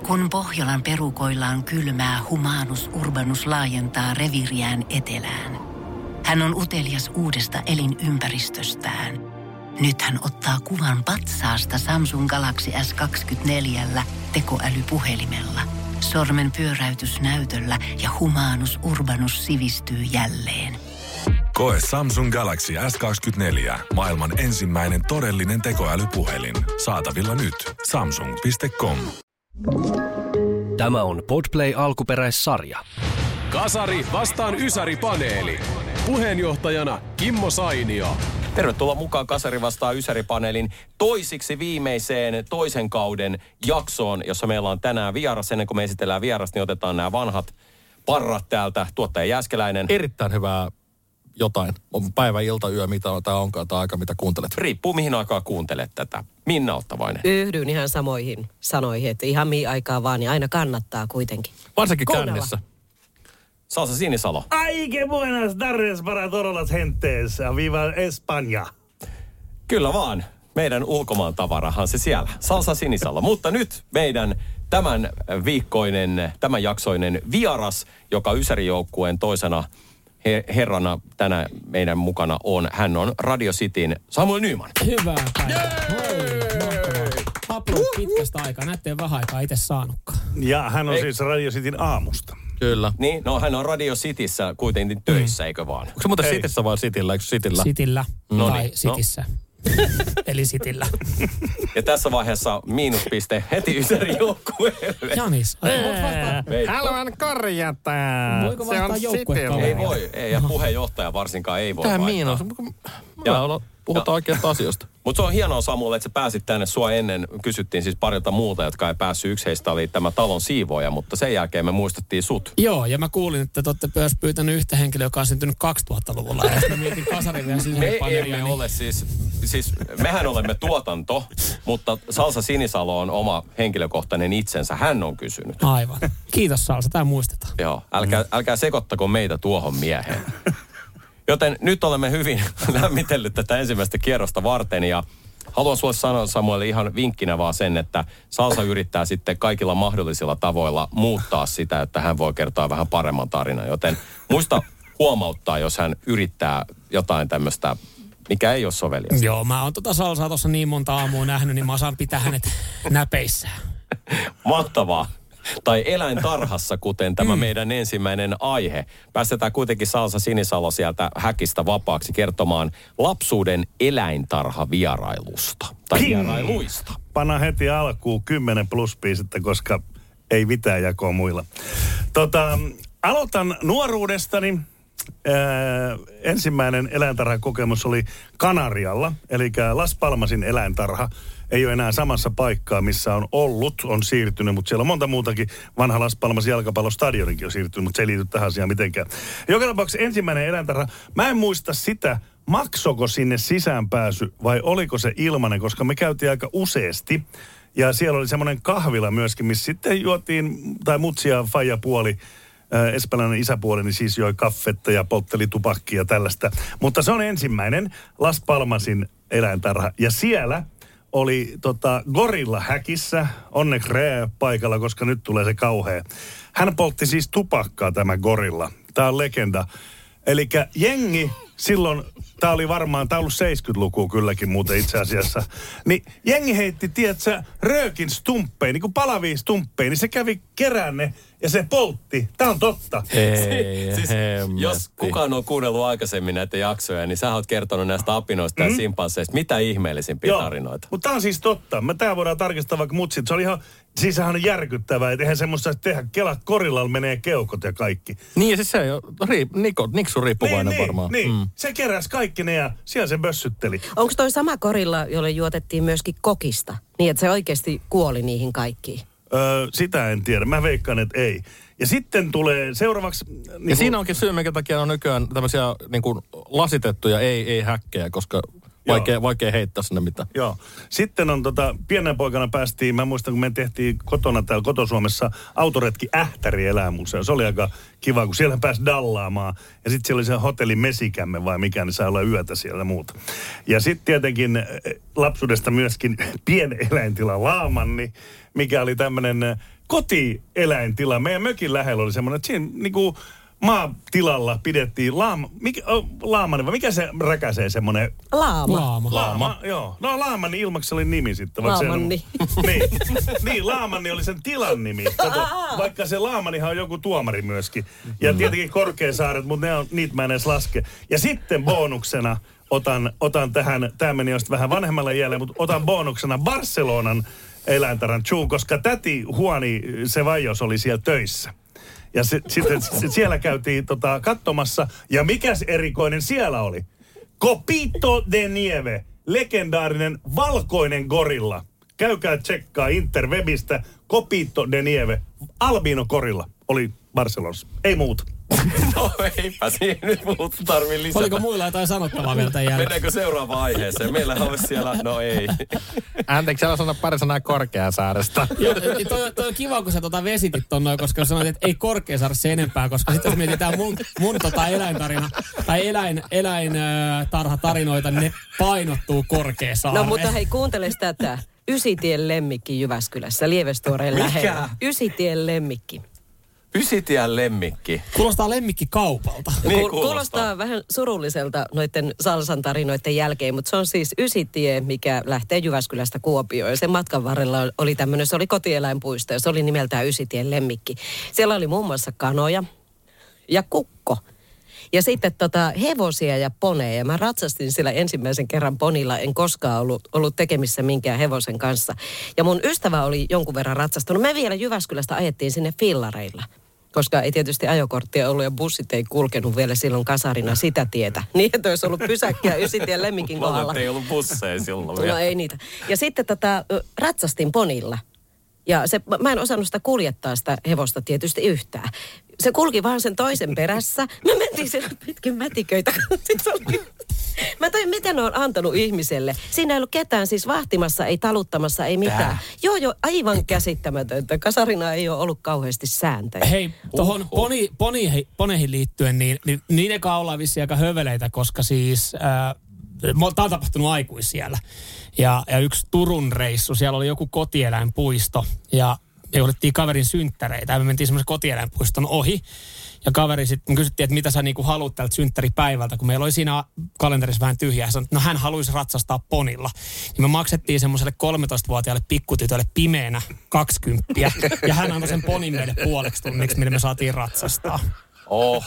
Kun Pohjolan perukoillaan kylmää, Humanus Urbanus laajentaa reviiriään etelään. Hän on utelias uudesta elinympäristöstään. Nyt hän ottaa kuvan patsaasta Samsung Galaxy S24 tekoälypuhelimella. Sormen pyöräytys näytöllä ja Humanus Urbanus sivistyy jälleen. Koe Samsung Galaxy S24. Maailman ensimmäinen todellinen tekoälypuhelin. Saatavilla nyt. Samsung.com. Tämä on Podplay alkuperäissarja. Kasari vastaan Ysäri-paneeli. Puheenjohtajana Kimmo Sainio. Tervetuloa mukaan Kasari vastaan Ysäri-paneelin toisiksi viimeiseen toisen kauden jaksoon, jossa meillä on tänään vieras. Ennen kuin me esitellään vierasta, niin otetaan nämä vanhat parrat täältä. Tuottaja Jääskeläinen. Erittäin hyvää jotain. On päivä, ilta, yö, mitä tämä onkaan, tämä aika, mitä kuuntelet. Riippuu mihin aikaa kuuntelet tätä. Minna Ottavainen. Yhdyn ihan samoihin sanoihin, että ihan mihin aikaa vaan, niin aina kannattaa kuitenkin. Varsinkin kännissä. Salsa Sinisalo. Ay, qué buenas tardes para todas las gentes. Viva España. Kyllä vaan. Meidän ulkomaan tavarahan se siellä. Salsa Sinisalo. Mutta nyt meidän tämän jaksoinen vieras, joka Ysäri-joukkueen toisena herrana tänä meidän mukana on. Hän on Radio Cityn Samuel Nyman. Hyvää päivää. Aplodit pitkästä aikaa. Näette ei vähän aikaa itse saanutkaan. Ja hän on siis Radio Cityn aamusta. Kyllä. Niin, no hän on Radio Cityssä kuitenkin töissä, eikö vaan? Onko se muuten Cityssä vai Cityllä? Eikö Cityllä? Cityllä tai Cityssä. Eli Cityllä. Ja tässä vaiheessa miinuspiste heti Ysäri-joukkueelle. Janis. Haluan korjata. Voiko vaihtaa joukkuekaveria? Ei voi. Ei, ja puheenjohtaja varsinkaan ei voi Tämä vaihtaa. miinus. Puhutaan oikeasta asioista. Mutta se on hienoa, Samuel, että sä pääsit tänne. Sua ennen kysyttiin siis parilta muuta, jotka ei päässyt. Yksi heistä oli tämä talon siivooja, mutta sen jälkeen me muistettiin sut. Joo, ja mä kuulin, että te olette myös pyytänyt yhtä henkilöä, joka on syntynyt 2000-luvulla. Ja mä mietin Kasarin vielä Me emme ole siis mehän olemme tuotanto, mutta Salsa Sinisalo on oma henkilökohtainen itsensä. Hän on kysynyt. Aivan. Kiitos Salsa, tämä muistetaan. Joo, älkää sekoittako meitä tuohon mieheen. Joten nyt olemme hyvin lämmitellyt tätä ensimmäistä kierrosta varten ja haluan sulle sanoa, Samuel, ihan vinkkinä vaan sen, että Salsa yrittää sitten kaikilla mahdollisilla tavoilla muuttaa sitä, että hän voi kertoa vähän paremman tarinan. Joten muista huomauttaa, jos hän yrittää jotain tämmöistä, mikä ei ole soveliasta. Joo, mä oon Salsaa tuossa niin monta aamua nähnyt, niin mä osaan pitää hänet näpeissään. Mahtavaa. Tai eläintarhassa, kuten tämä meidän ensimmäinen aihe. Päästetään kuitenkin Salsa Sinisalo sieltä häkistä vapaaksi kertomaan lapsuuden eläintarhavierailusta. Tai vierailuista. Pana heti alkuun 10 pluspistettä, koska ei mitään jakoa muilla. Aloitan nuoruudestani. Ensimmäinen eläintarhakokemus oli Kanarialla, eli Las Palmasin eläintarha. Ei ole enää samassa paikkaa, missä on siirtynyt, mutta siellä on monta muutakin. Vanha Las Palmas jalkapallostadionikin on siirtynyt, mutta se ei liity tähän asiaan mitenkään. Joka tapauksessa ensimmäinen eläintarha. Mä en muista sitä, maksoko sinne sisäänpääsy vai oliko se ilmainen, koska me käytiin aika useasti. Ja siellä oli semmoinen kahvila myöskin, missä sitten juotiin, tai mutsia faijapuoli, espanjalainen isäpuoli, niin siis joi kaffetta ja poltteli tupakkia ja tällaista. Mutta se on ensimmäinen Las Palmasin eläintarha. Ja siellä oli gorilla häkissä, onneksi Ree paikalla, koska nyt tulee se kauhea. Hän poltti siis tupakkaa, tämä gorilla. Tämä on legenda. Eli jengi silloin, tämä oli varmaan, tämä on ollut 70-lukua kylläkin muuten itse asiassa, niin jengi heitti, tiedätkö, röökin stumppeja, niin kuin palavia stumppeja, niin se kävi keränne ja se poltti. Tämä on totta. Siis, jos kukaan on kuunnellut aikaisemmin näitä jaksoja, niin sä oot kertonut näistä apinoista ja simpansseista. Mitä ihmeellisimpiä tarinoita? Mutta tämä on siis totta. Tämä voidaan tarkistaa vaikka mutsit. Se oli ihan, siis sehän on järkyttävää, että eihän semmoista tehdä. Kela korillalla menee keukot ja kaikki. Niin ja siis se on niksu riippuvainen varmaan. Niin, se keräsi kaikki ne ja siellä se bössytteli. Onko toi sama gorilla, jolle juotettiin myöskin kokista? Niin, että se oikeasti kuoli niihin kaikkiin? Sitä en tiedä. Mä veikkaan, että ei. Ja sitten tulee seuraavaksi... Ja siinä onkin syy, minkä takia on nykyään tämmöisiä niin kuin lasitettuja ei-häkkejä, koska vaikea heittää sinne mitään. Joo. Sitten on pienen poikana päästiin, mä muistan, kun me tehtiin kotona täällä Kotosuomessa autoretki Ähtäri-eläinmuseo. Se oli aika kiva, kun siellä pääsi dallaamaan. Ja sitten siellä oli se hotelli Mesikämme vai mikä, niin saa olla yötä siellä ja muuta. Ja sitten tietenkin lapsuudesta myöskin pieneläintila Laamanni, mikä oli tämmöinen kotieläintila. Meidän mökin lähellä oli semmoinen, että siinä niinku maatilalla pidettiin laamani, vai mikä se räkäsee semmoinen? Laama, joo. No Laamanni ilmaksi oli nimi sitten. Laamanni. Niin, Laamanni oli sen tilan nimi. Kato, vaikka se Laamannihan on joku tuomari myöskin. Ja tietenkin Korkeasaaret, mutta niitä mä en edes laske. Ja sitten bonuksena otan tähän, tämä meni jo vähän vanhemmalle jälleen, mutta otan bonuksena Barcelonan eläintarhan Chuun, koska täti Juani Ceballos oli siellä töissä. Ja sitten siellä käytiin katsomassa. Ja mikäs erikoinen siellä oli? Copito de Nieve, legendaarinen valkoinen gorilla. Käykää tsekkaa interwebistä. Copito de Nieve, albino gorilla oli Barcelonassa. Ei muuta. No eipä siihen nyt muuta tarvii lisätä. Oliko muilla jotain sanottavaa vielä tämän jälkeen? Mennäänkö seuraavaan aiheeseen? Meillähän olisi siellä, no ei. Anteeksi, siellä sanoo pari sanaa Korkeasaaresta. Joo, toi on kiva, kun sä vesitit ton noin, koska sanoit, että ei Korkeasaaressa enempää, koska sitten jos mietitään mun eläintarina tai eläintarhatarinoita, niin ne painottuu Korkeasaareen. No mutta hei, kuuntele tätä. Ysitien lemmikki Jyväskylässä, Lievestuoreen lähellä. Ysitien lemmikki. Ysitien lemmikki. Kuulostaa lemmikkikaupalta. Niin kuulostaa vähän surulliselta noiden salsan tarinoiden jälkeen, mutta se on siis Ysitie, mikä lähtee Jyväskylästä Kuopioon. Ja sen matkan varrella oli tämmöinen, se oli kotieläinpuisto ja se oli nimeltään Ysitien lemmikki. Siellä oli muun muassa kanoja ja kukko. Ja sitten hevosia ja poneja. Mä ratsastin siellä ensimmäisen kerran ponilla. En koskaan ollut tekemissä minkään hevosen kanssa. Ja mun ystävä oli jonkun verran ratsastanut. Me vielä Jyväskylästä ajettiin sinne fillareilla. Koska ei tietysti ajokorttia ollut ja bussit ei kulkenut vielä silloin kasarina sitä tietä. Niin, että olisi ollut pysäkkiä Ysitien lemmikin kohdalla. Ei ollut busseja silloin. No ei niitä. Ja sitten ratsastin ponilla. Ja mä en osannut sitä kuljettaa sitä hevosta tietysti yhtään. Se kulki vaan sen toisen perässä. Mä mentiin siellä pitkin mätiköitä. Mä toin, miten ne on antanut ihmiselle. Siinä ei ollut ketään siis vahtimassa, ei taluttamassa, ei mitään. Joo, aivan käsittämätöntä. Kasarina ei ole ollut kauheasti sääntöjä. Hei, tuohon poneihin liittyen, niin niin eka ollaan vissiin aika höveleitä, koska siis tämä on tapahtunut siellä. Ja yksi Turun reissu, siellä oli joku kotieläinpuisto ja me johdettiin kaverin synttäreitä ja me mentiin semmoisen kotieläinpuiston ohi. Ja kaveri sitten kysyttiin, että mitä sä niinku haluat tältä synttäripäivältä, kun meillä oli siinä kalenterissa vähän tyhjää. Hän sanoi, että no hän haluaisi ratsastaa ponilla. Niin me maksettiin semmoiselle 13-vuotiaalle pikkutytölle pimeänä 20. Ja hän antoi sen ponin meille puoleksi tunniksi, millä me saatiin ratsastaa. Oho.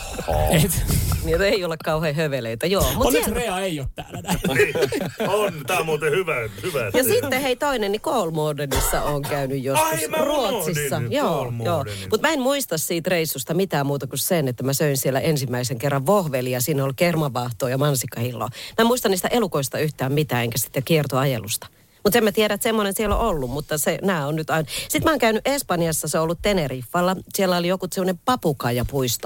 Niin ei ole kauhean höveleitä, joo. Onneksi Rea ei ole täällä näin. On, tää on muuten hyvä. Ja sitten hei toinen, niin Kolmårdenissa on käynyt joskus Ruotsissa. Joo. Mutta mä en muista siitä reissusta mitään muuta kuin sen, että mä söin siellä ensimmäisen kerran vohvelia. Siinä oli kermavaahtoa ja mansikkahilloa. Mä en muista niistä elukoista yhtään mitään, enkä sitten kiertoajelusta. Mutta en mä tiedä, että semmoinen siellä on ollut, mutta nämä on nyt aina. Sitten mä oon käynyt Espanjassa, se on ollut Teneriffalla. Siellä oli joku semmoinen papukaijapuisto.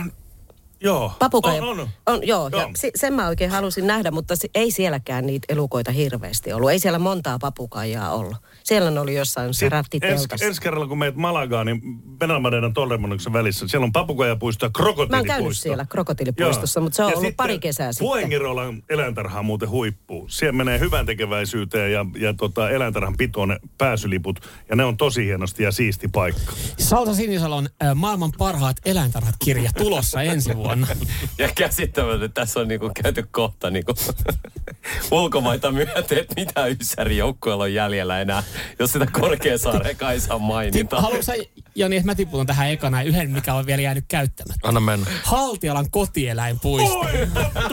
Joo. Papukaija. Joo. Ja sen mä oikein halusin nähdä, mutta ei sielläkään niitä elukoita hirveästi ollut. Ei siellä montaa papukaijaa ollut. Siellä oli jossain se rättiteltassa. Ensi kerralla, kun meet Malagaan, niin Benalmadeiran Torremoluksen välissä, siellä on papukaijapuisto ja krokotiilipuisto. Mä oon käynyt siellä krokotiilipuistossa, mutta se on ollut pari kesää sitten. Fuengirolan eläintarha on muuten huippuu. Siellä menee hyvän tekeväisyyteen ja eläintarhan pitoon pääsyliput. Ja ne on tosi hienosti ja siisti paikka. Salsa Sinisalon maailman parhaat eläintarhat -kirja tulossa ensi vuonna. Ja käsittämättä, että tässä on niinku käyty kohta niinku ulkomaita myöten, että mitä Ysäri-joukkueella on jäljellä enää, jos sitä Korkeasaaren kai saa mainita. Haluatko sä, Jani, että mä tiputan tähän ekana yhden, mikä on vielä jäänyt käyttämättä? Anna mennä. Haltialan kotieläinpuisto. Oi,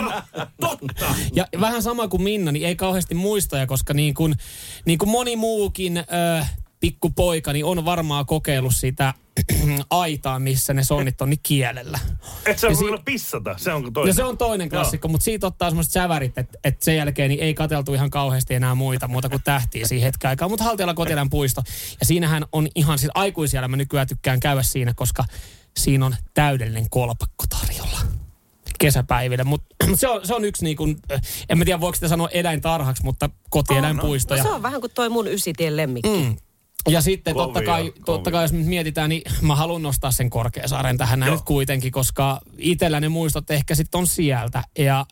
totta. Ja vähän sama kuin Minna, niin ei kauheasti muistoja, koska niin kuin moni muukin pikkupoika, niin on varmaan kokeillut sitä aitaa, missä ne sonnit on niin kielellä. Et sä voinut pissata, se on toinen. Ja se on toinen klassikko, mutta siitä ottaa semmoiset sävärit, että sen jälkeen niin ei katseltu ihan kauheasti enää muuta kuin tähtiä siihen hetken aikaa. Mutta Haltialan kotieläinpuisto, ja siinähän on ihan siis aikuisella, mä nykyään tykkään käydä siinä, koska siinä on täydellinen kolpakko tarjolla kesäpäiville. Mutta se on yksi niin kuin, en mä tiedä voiko sitä sanoa eläintarhaksi, mutta kotieläinpuisto. No, se on vähän kuin toi mun Ysitien lemmikki. Ja sitten totta kai jos mietitään, niin mä haluan nostaa sen Korkeasaaren tähän näin nyt kuitenkin, koska itsellä ne muistot ehkä sitten on sieltä. Ja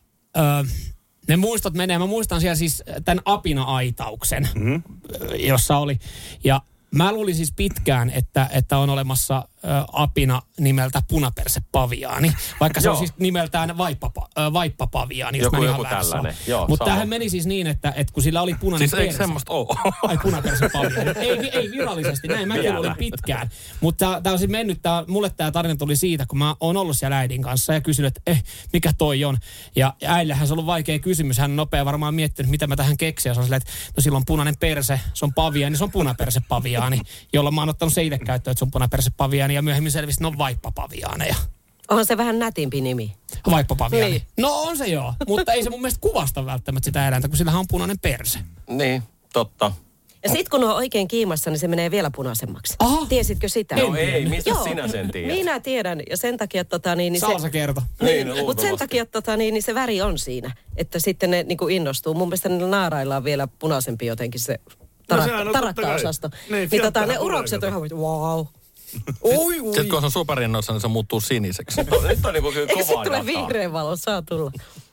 ne muistot menee, mä muistan siellä siis tämän apina-aitauksen, jossa oli. Ja Mä luulin siis pitkään, että on olemassa apina nimeltä punapersepaviaani, vaikka se on siis nimeltään vaippapaviaani, jos mä ihan väärässä on. Mutta tämähän meni siis niin, että kun sillä oli punainen siis perse. Siis eikö semmoista ole? Ai punapersepaviaani. ei virallisesti, näin mäkin olin pitkään. Mutta tämä on siis mennyt, mulle tämä tarina tuli siitä, kun mä oon ollut siellä äidin kanssa ja kysynyt, että mikä toi on. Ja äidillähän se on ollut vaikea kysymys. Hän on nopea varmaan miettinyt, mitä mä tähän keksin. Ja se on silleen, että no silloin punainen perse, se on paviaani, se on punapersepaviaani, jolla mä oon ottanut se itse käyttöön, että se on punapersepaviaani ja myöhemmin selvisi, että ne on vaippapaviaaneja. On se vähän nätimpi nimi. Vaippapaviaani. Niin. No on se joo, mutta ei se mun mielestä kuvasta välttämättä sitä eläintä, kun sillähän on punainen perse. Niin, totta. Ja sit kun on oikein kiimassa, niin se menee vielä punaisemmaksi. Aha. Tiesitkö sitä? No ei, mistä sinä sen tiedät? Minä tiedän, ja sen takia Salsa kertoi. Mutta sen takia niin se väri on siinä, että sitten ne niinku innostuu. Mun mielestä niillä naarailla on vielä punaisempi jotenkin se tarakka-osasto. Niin ne urokset on ihan wow. Sitten kun se on superinnoissa, niin se muuttuu siniseksi. Nyt on niinku kyllä eikö kovaa se tule vihreän valon? Saa tulla.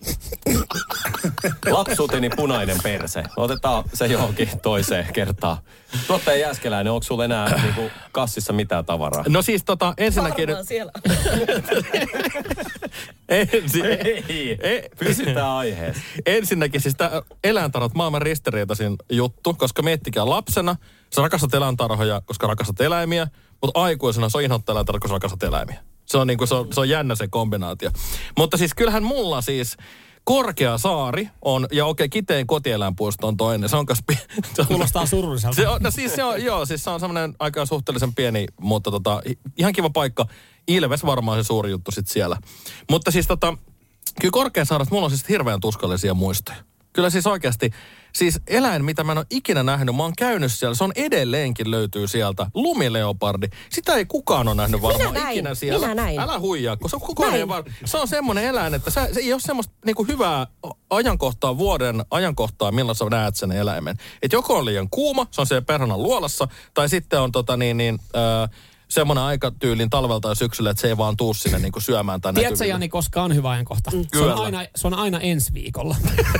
Lapsuuteni punainen perse. Otetaan se johonkin toiseen kertaan. Tuottaja Jääskeläinen, onko sulla enää niinku kassissa mitään tavaraa? No siis ensinnäkin... Varmaan siellä. Pysytään aiheessa. Ensinnäkin siis tämä eläintarhat maailman ristiriitaisin juttu, koska miettikää lapsena, sä rakastat eläintarhoja, koska rakastat eläimiä, mutta aikuisena se on inhoittaa eläintarhoja, koska rakastat eläimiä. Se on, niinku, se on jännä se kombinaatio. Mutta siis kyllähän mulla siis Korkeasaari on, ja Kiteen kotieläinpuisto on toinen. Se on kuulostaa surulliselta. Se on semmoinen aika suhteellisen pieni, mutta ihan kiva paikka. Ilves varmaan se suuri juttu sitten siellä. Mutta siis kyllä Korkeasaaresta mulla on siis hirveän tuskallisia muistoja. Kyllä siis oikeasti, siis eläin, mitä mä en ole ikinä nähnyt, mä oon käynyt siellä, se on edelleenkin löytyy sieltä, lumileopardi. Sitä ei kukaan ole nähnyt varmaan ikinä siellä. Minä näin. Älä huijaa, kun se on semmoinen eläin, että se ei ole semmoista niinku hyvää ajankohtaa, vuoden ajankohtaa, milloin sä näet sen eläimen. Että joko on liian kuuma, se on siellä perhanan luolassa, tai sitten on semmoinen aikatyylin talvelta ja syksyllä, että se ei vaan tuu sinne niinku syömään tai näkyville. Tiedätkö, Jani, koska on hyvä ajankohta? Se on aina ensi viikolla.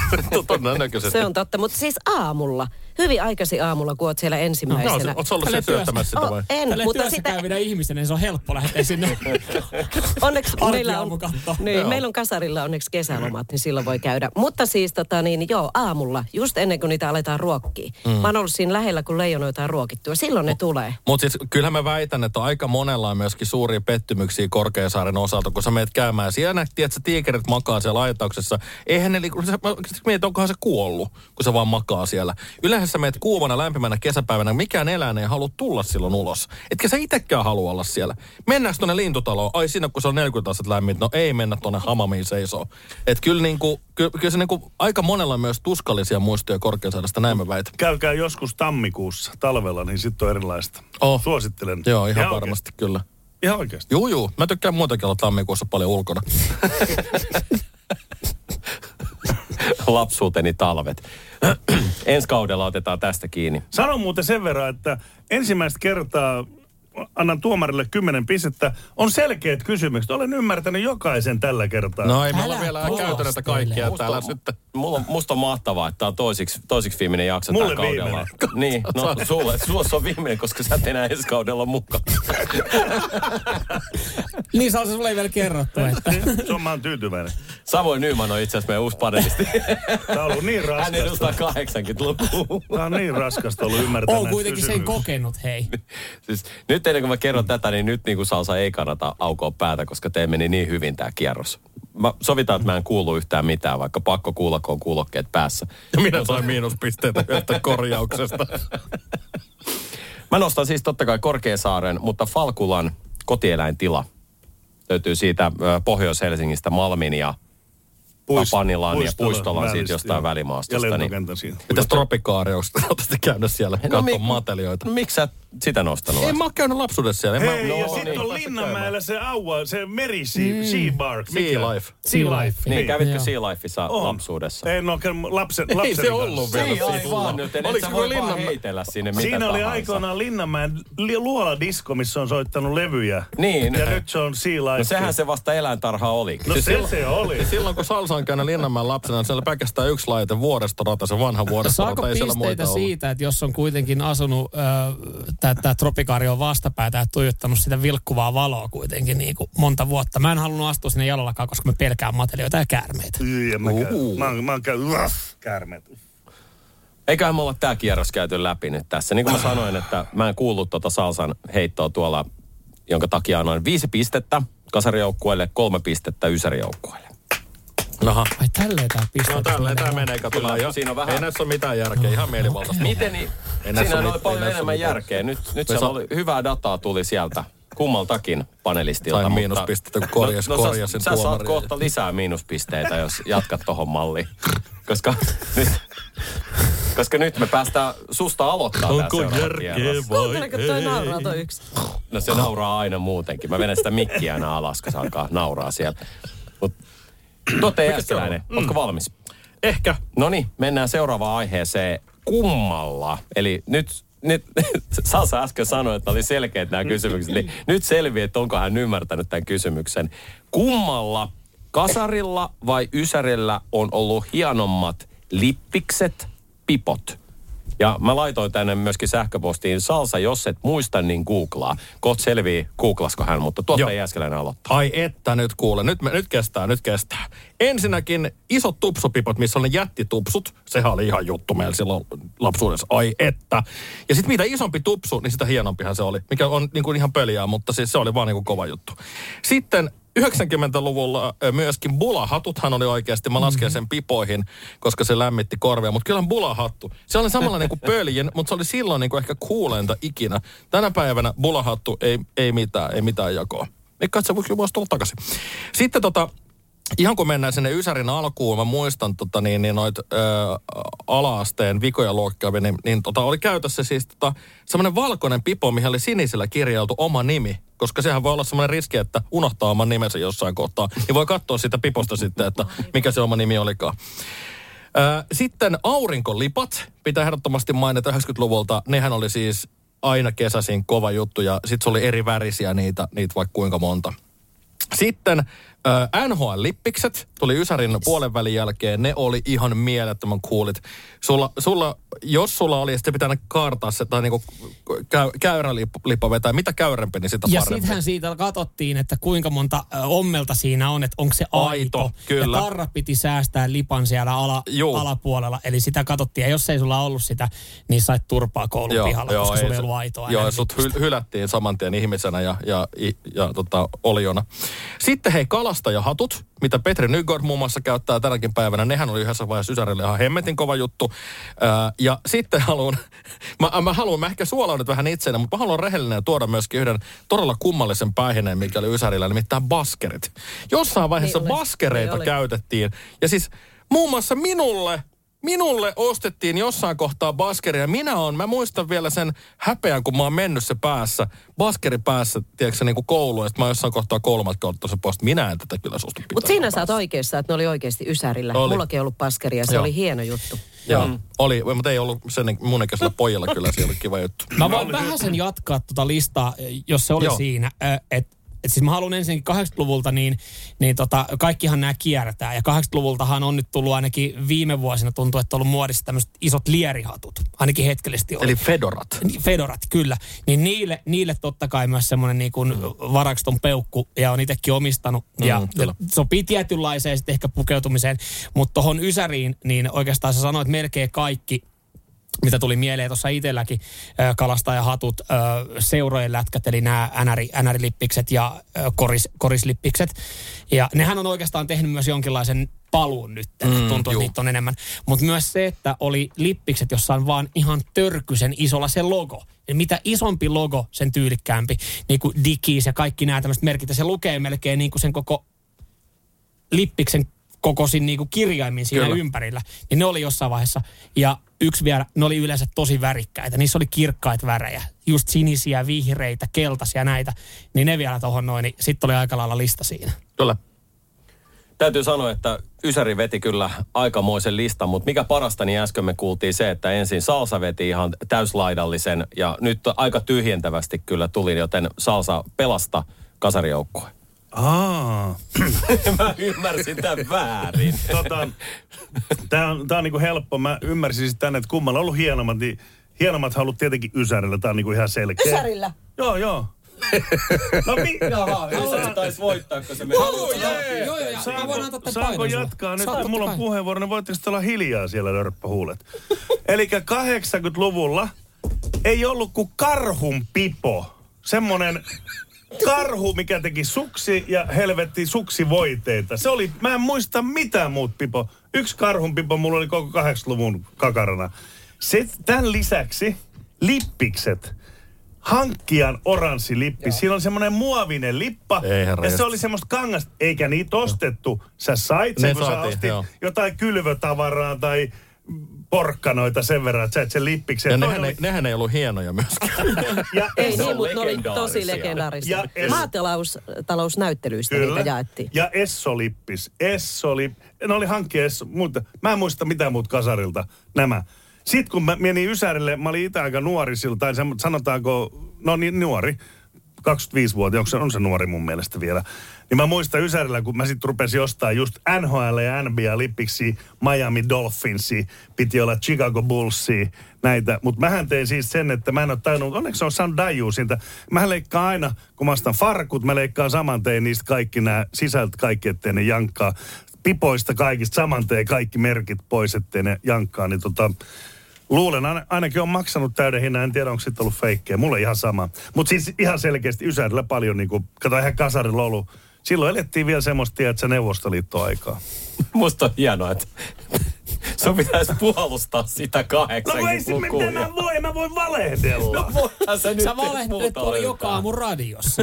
Se on totta, mutta siis aamulla. Hyvin aikaisin aamulla, kun oot siellä ensimmäisenä. Ootko ollut siellä työttämässä sitä vai? En, tälle mutta työssä käyvinä ihmisten, niin se on helppo lähteä sinne. Onneksi meillä on kasarilla onneksi kesälomat, niin silloin voi käydä. Mutta siis aamulla, just ennen kuin niitä aletaan ruokkia. Mä oon ollut siinä lähellä, kun leijonoita on ruokittu, ja silloin ne tulee. Mutta siis kyllähän mä väitän, että aika monella on myöskin suuria pettymyksiä Korkeasaaren osalta, kun sä meet käymään. Siellä näet, että tiikerit makaa siellä aitauksessa. Eihän ne, mietit, onkohan se kuollut, kun se vaan makaa siellä. Yleensä sä meet kuumana, lämpimänä kesäpäivänä, mikään eläin ei halua tulla silloin ulos. Etkä sä itsekään halua olla siellä. Mennään tuonne lintutaloon, ai siinä kun se on 40 astetta lämmin, no ei mennä tuonne hamamiin seisoo. Että kyllä se aika monella on myös tuskallisia muistoja Korkeasaaresta, näin mä väitän. Käykää joskus tammikuussa talvella, niin sitten on erilaista. Suosittelen. Joo, ihan varmasti kyllä. Ihan oikeasti? Juu. Mä tykkään muutenkin olla tammikuussa paljon ulkona. Lapsuuteni talvet. Ensi kaudella otetaan tästä kiinni. Sanon muuten sen verran, että ensimmäistä kertaa annan tuomarille 10 pistettä. On selkeät kysymykset. Olen ymmärtänyt jokaisen tällä kertaa. No ei me olla vielä käytännötä kaikkia täällä sitten. Musta on mahtavaa, että tämä on toisiksi viimeinen jakso mulle tällä kaudella. Viimeinen. Niin, no sulla on viimeinen, koska sä et enää ensi kaudella mukaan. Niin Salsa, sulle ei vielä kerrottu, että... Se on, mä oon tyytyväinen. Samoin Nyman on itse asiassa meidän uusi panelisti. Tämä on ollut niin raskasta. Hän edustaa 80-lukua. Tämä on niin raskasta ollut ymmärtää. On kuitenkin sen kokenut, hei. Siis, nyt ennen kuin mä kerron tätä, niin nyt niin kuin Salsa ei kannata aukoa päätä, koska teillä meni niin hyvin tämä kierros. Sovitaan, että mä en kuulu yhtään mitään, vaikka pakko kuulla, kun on kuulokkeet päässä. Ja minä sain miinuspisteitä yhtä korjauksesta. Mä nostan siis totta kai Korkeasaaren, mutta Falkulan kotieläintila löytyy siitä Pohjois-Helsingistä Malmin ja Tapanilan ja Puistolan siitä jostain välimaastosta. Ja lentokentän siitä. Mitäs Tropikaariosta? Olette käynyt siellä katsomaan matelioita. Miksi sä sitä nostanut? En mä oon käynyt lapsuudessa siellä. Hei, ja sitten on Linnanmäellä se se Sea Bark. Sea Life. Niin, kävitkö Sea Lifeissa lapsuudessa? En ole lapsen ei se ollut vielä. Aivan nyt, et sä voi vaan heitellä sinne mitä siinä oli tahansa. aikoinaan Linnanmäen luoladisko, missä on soittanut levyjä. Niin. Ja nyt se on Sea Life. No sehän se vasta eläintarha oli. No se oli. Silloin kun Salsa on käynyt Linnanmäen lapsena, siellä pelkästään yksi laite vuoristorata, se vanha vuoristorata. Saako pisteitä siitä, että jos on kuitenkin asunut tämä Tropikaari on vastapäätä ja tuijottanut sitä vilkkuvaa valoa kuitenkin niin kuin monta vuotta. Mä en halunnut astua sinne jalollakaan, koska mä pelkään matelioita ja käärmeitä. Mä oon käynyt käärmeitä. Eiköhän me olla tää kierros käyty läpi nyt tässä. Niin kuin mä sanoin, että mä en kuullut Salsan heittoa tuolla, jonka takia annoin 5 pistettä kasarijoukkueelle, 3 pistettä ysärijoukkueelle. Aha. Ai tälleen tää pistää. No tälleen tää menee, katsotaan jo. Siinä on vähän... Ei näissä ole mitään järkeä, ihan mielivaltaista. Miten niin? Siinä oli paljon enemmän järkeä. Nyt siellä oli hyvää dataa tuli sieltä kummaltakin panelistilta. Sain miinuspistettä, kun korjasin sä saat kohta lisää miinuspisteitä, jos jatkat tohon malliin. Koska nyt me päästään susta aloittaa tää seuraava kierros. Kuunteleko toi nauraa toi yksi? No se nauraa aina muutenkin. Mä vedän sitä mikkiä aina alas, kun se alkaa nauraa siellä. Tote Jääskeläinen, ootko valmis? Ehkä. Noniin, mennään seuraavaan aiheeseen. Kummalla? Eli nyt Salsa äsken sanoi, että oli selkeät nämä kysymykset. Niin nyt selviää, että onko hän ymmärtänyt tämän kysymyksen. Kummalla, kasarilla vai ysärillä on ollut hienommat lippikset, pipot? Ja mä laitoin tänne myöskin sähköpostiin Salsa, jos et muista, niin googlaa. Kohta selvii, googlasko hän, mutta tuottaja Jääskeläinen aloittaa. Ai että nyt kuule, nyt kestää. Ensinnäkin isot tupsupipot, missä on ne jättitupsut, sehän oli ihan juttu meillä silloin lapsuudessa. Ai että. Ja sitten mitä isompi tupsu, niin sitä hienompihan se oli, mikä on niin kuin ihan pöliää, mutta siis se oli vaan niin kuin kova juttu. Sitten 90-luvulla myöskin bulahatuthan oli oikeasti, mä lasken sen pipoihin, koska se lämmitti korvia, mutta kyllä bulahattu. Se oli samanlainen kuin pöljin, mutta se oli silloin niin kuin ehkä kuuleinta ikinä. Tänä päivänä bulahattu ei mitään jakoa. Eikä se voisi tulla takaisin. Sitten ihan kun mennään sinne ysärin alkuun, mä muistan noit ala-asteen vikoja luokkaavia, niin oli käytössä siis semmoinen valkoinen pipo, mihin oli sinisellä kirjailtu oma nimi. Koska sehän voi olla semmoinen riski, että unohtaa oman nimensä jossain kohtaa. Niin voi katsoa siitä piposta sitten, että mikä se oma nimi olikaan. Sitten aurinkolipat, pitää ehdottomasti mainita 90-luvulta. Nehän oli siis aina kesäisin kova juttu ja sitten se oli eri värisiä niitä vaikka kuinka monta. Sitten NHL-lippikset tuli ysärin puolen välin jälkeen. Ne oli ihan mielettömän coolit. Jos sulla oli, sitten pitää kaartaa se tai niinku käyrälippa vetää. Mitä käyrempi, niin sitä parempi. Ja sittenhän siitä katsottiin, että kuinka monta ommelta siinä on, että onko se aito. Kyllä. Ja tarra piti säästää lipan siellä alapuolella. Eli sitä katsottiin. Ja jos ei sulla ollut sitä, niin sait turpaa koulun pihalla, koska sulla ei ollut aitoa. Joo, sut hylättiin saman tien ihmisenä ja oliona. Sitten hei, kalastajahatut, mitä Petri Nygård muun muassa käyttää tänäkin päivänä. Nehän oli yhdessä vaiheessa ysärille ihan hemmetin kova juttu. Ja sitten mä ehkä suolaan nyt vähän itseäni, mutta mä haluan rehellinen tuoda myöskin yhden todella kummallisen päihineen, mikä oli ysärillä, nimittäin baskerit. Jossain vaiheessa baskereita käytettiin. Ja siis muun muassa Minulle ostettiin jossain kohtaa baskeria. Mä muistan vielä sen häpeän, kun mä oon mennyt se päässä, baskeri päässä, tiedätkö niin kuin kouluun, ja sitten mä oon jossain kohtaa koulumatkaa ottanut sen pois. Minä en tätä kyllä suostu pitää. Mutta siinä sä oot oikeassa, että ne oli oikeasti ysärillä. Mullakin ollut baskeria, se oli hieno juttu. Joo, oli, mutta ei ollut sen mun ikäisellä pojalla kyllä, se oli kiva juttu. Mä voin vähän sen jatkaa listaa, jos se oli siinä, että siis mä haluan ensinnäkin 80-luvulta, niin kaikkihan nämä kierretään. Ja 80-luvultahan on nyt tullut ainakin viime vuosina, tuntuu, että on ollut muodissa tämmöiset isot lierihatut. Ainakin hetkellisesti oli. Eli fedorat. Fedorat, kyllä. Niin niille totta kai myös semmoinen niin kuin varakston peukku, ja on itsekin omistanut. Ja sopii tietynlaiseen sitten ehkä pukeutumiseen. Mutta tohon ysäriin, niin oikeastaan sä sanoit melkein kaikki, mitä tuli mieleen tuossa itselläkin, kalastajahatut, seurojen lätkät, eli nämä NR-lippikset ja korislippikset. Ja nehän on oikeastaan tehnyt myös jonkinlaisen paluun nyt, tuntuu, että niitä on enemmän. Mutta myös se, että oli lippikset, jossa on vaan ihan törkysen isolla se logo. Ja mitä isompi logo, sen tyylikkäämpi, niin kuin Dickies ja kaikki nämä tämmöiset merkit, ja se lukee melkein niin kuin sen koko lippiksen kokoisin niin kuin kirjaimin siinä ympärillä. Niin ne oli jossain vaiheessa. Ja yksi vielä, ne oli yleensä tosi värikkäitä. Niissä oli kirkkaita värejä. Just sinisiä, vihreitä, keltaisia näitä. Niin ne vielä tohon noin, niin sitten oli aika lailla lista siinä. Kyllä. Täytyy sanoa, että ysäri veti kyllä aikamoisen listan, mutta mikä parasta, niin äsken me kuultiin se, että ensin Salsa veti ihan täyslaidallisen ja nyt aika tyhjentävästi kyllä tuli, joten Salsa pelasta kasarijoukkue. Mä ymmärsin tämän väärin. Tää on niinku helppo. Mä ymmärsin tänne, että kummalla on ollut hienommat, niin hienommat halut tietenkin Ysärillä. Tää on niinku ihan selkeä. Ysärillä? Joo. No Ysärillä taisi voittaa, kun se meni. Joo, mä voin antaa tämän Saanko painon jatkaa nyt, sulle. kun mulla on puheenvuoro, niin voitteko olla hiljaa siellä, lörppähuulet? Eli 80-luvulla ei ollut kuin karhun pipo. Semmonen karhu, mikä teki suksi ja helvetti suksivoiteita. Se oli, mä en muista mitään muut pipo. Yksi karhun pipo mulla oli koko 80-luvun kakarana. Tämän lisäksi lippikset. Hankkijan oranssi lippi. Siinä on semmoinen muovinen lippa. Ja se oli semmoista kangasta, eikä niitä ostettu. Sä sait sen, kun sä ostit jotain kylvötavaraa tai porkkanoita sen verran, että sä et sen lippiksen. Ja nehän ei ollut hienoja myöskään. Ei niin, mutta ne oli tosi legendaarisia. Maatalousnäyttelyistä niitä jaettiin. Ja Esso-lippis. Ne oli hankkia Esso. Mä en muista mitään muuta kasarilta nämä. Sitten kun mä menin Ysärille, mä olin itse aika nuori siltä, tai sanotaanko, no niin nuori, 25-vuotias, on se nuori mun mielestä vielä. Niin mä muistan Ysärillä, kun mä sitten rupesin ostaa just NHL ja NBA-lippiksi, Miami Dolphinsia, piti olla Chicago Bullsia, näitä. Mutta mähän tein siis sen, että mä en ole tajunnut, onneksi on saanut dajuu siitä. Mähän leikkaan aina, kun mä ostan farkut, mä leikkaan saman tein niistä kaikki nämä sisältä kaikki, ettei ne jankkaa. Pipoista kaikista saman tein kaikki merkit pois, ettei ne jankkaa, niin luulen, ainakin on maksanut täyden hinnan, en tiedä onko sitten ollut feikkejä, mulle ihan sama. Mutta siis ihan selkeästi Ysärillä paljon, niin kuin, kato ihan kasarilla ollut. Silloin elettiin vielä semmoista, että se Neuvostoliitto-aikaa. Musta on hienoa, että sun pitäisi puolustaa sitä 80-lukua. No mä voin valehdella. No voithan sä nyt sä valehdelet tuolla joka aamu radiossa.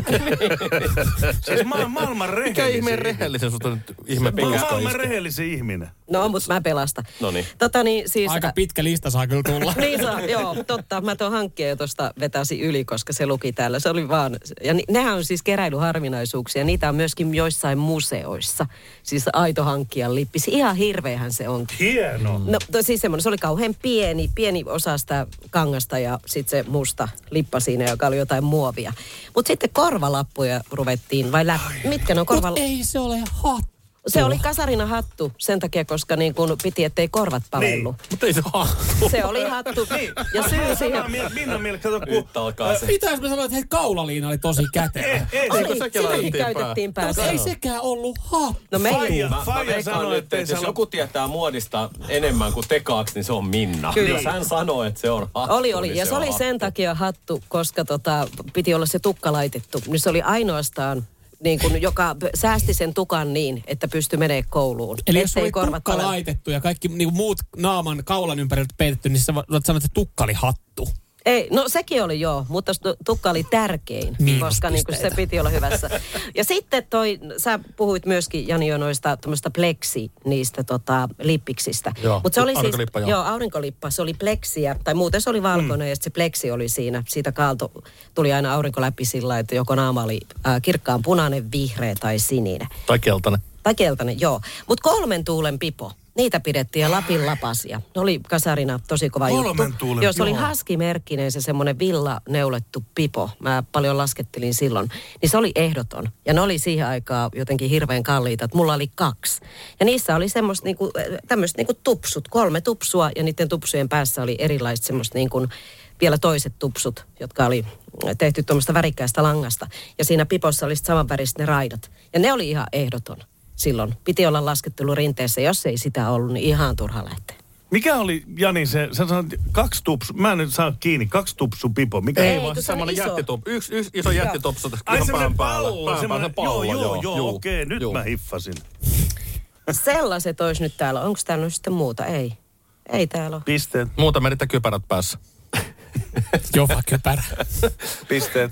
Siis mä oon maailman rehellisin. Mikä ihmeen rehellisen susta nyt ihme Mä oon maailman rehellisin ihminen. No, mutta mä pelastan. Noniin. Siis, aika pitkä lista saa kyllä tulla. Niin saa, joo, totta. Mä tuon hankkeen jo tuosta vetäsi yli, koska se luki täällä. Se oli vaan, ja nehän on siis keräilyharvinaisuuksia. Niitä on myöskin joissain museoissa. Siis aito hankkijan lippis. Ihan hirveähän se onkin. Hieno. No siis semmoinen, se oli kauhean pieni osa sitä kangasta ja sitten se musta lippa siinä, joka oli jotain muovia. Mutta sitten korvalappuja ruvettiin, mitkä ne on Mut ei se ole hattu. Se oli kasarina hattu sen takia, koska niin kun piti, ettei korvat palellu. Niin. Mutta ei se hattu. Se oli hattu. Ja syy siihen... Minna mielestä, kato, Nyt alkaa se. Pitäis mä sanoa, että hei, kaulaliina oli tosi kätevä. Sitäkin käytettiin päässä. Ei sekään ollut hattu. No Faija sanoi, että jos joku tietää muodista enemmän kuin te kaksi, niin se on Minna. Kyllä. Jos hän sanoo, että se on hattu, Oli. niin Ja se oli hattu. sen takia hattu, koska piti olla se tukka laitettu. Niin se oli ainoastaan... Niin kun, joka säästi sen tukan niin, että pystyi menemään kouluun. Eli jos oli tukka laitettu ja kaikki niin muut naaman kaulan ympäriltä peitetty, niin sä voit sanoa, että tukka oli hattu. Ei, no sekin oli joo, mutta tukka oli tärkein, koska niin se piti olla hyvässä. Ja sitten sä puhuit myöskin, Jani, jo noista tuommoista pleksi niistä lippiksistä. Joo, Mut se oli aurinkolippa, siis, joo, aurinkolippa, se oli pleksiä, tai muuten se oli valkoinen ja sitten se pleksi oli siinä. Siitä kaalto tuli aina aurinko läpi sillä, että joko naama oli kirkkaan punainen, vihreä tai sininen. Tai keltainen. Tai keltainen, joo. Mutta 3 tuulen pipo. Niitä pidettiin ja Lapin lapasia. Ne oli kasarina tosi kova juttu. Jos oli haskimerkkinen se semmoinen villaneulettu pipo, mä paljon laskettelin silloin, niin se oli ehdoton. Ja ne oli siihen aikaan jotenkin hirveän kalliita, että mulla oli 2. Ja niissä oli semmoista tämmöistä tupsut, 3 tupsua ja niiden tupsujen päässä oli erilaiset semmoista vielä toiset tupsut, jotka oli tehty tuommoista värikkäästä langasta. Ja siinä pipossa oli samanväriset ne raidat. Ja ne oli ihan ehdoton. Silloin piti olla laskettelu rinteessä, jos ei sitä ollut, niin ihan turha lähteä. Mikä oli, Jani, sä sanoit 2 tupsu, mä en nyt saa kiinni, 2 tupsu pipo. Mikä Ei vaan se semmoinen jättitupsu. Yksi iso jättitupsu tässä ihan pään päällä. Semmoinen pallo, joo, okei, nyt mä hiffasin. Sellaiset olisi nyt täällä. Onko täällä nyt sitten muuta? Ei täällä ole. Pisteet. Muuta menitte kypärät päässä. Jova kypärä. Pisteet.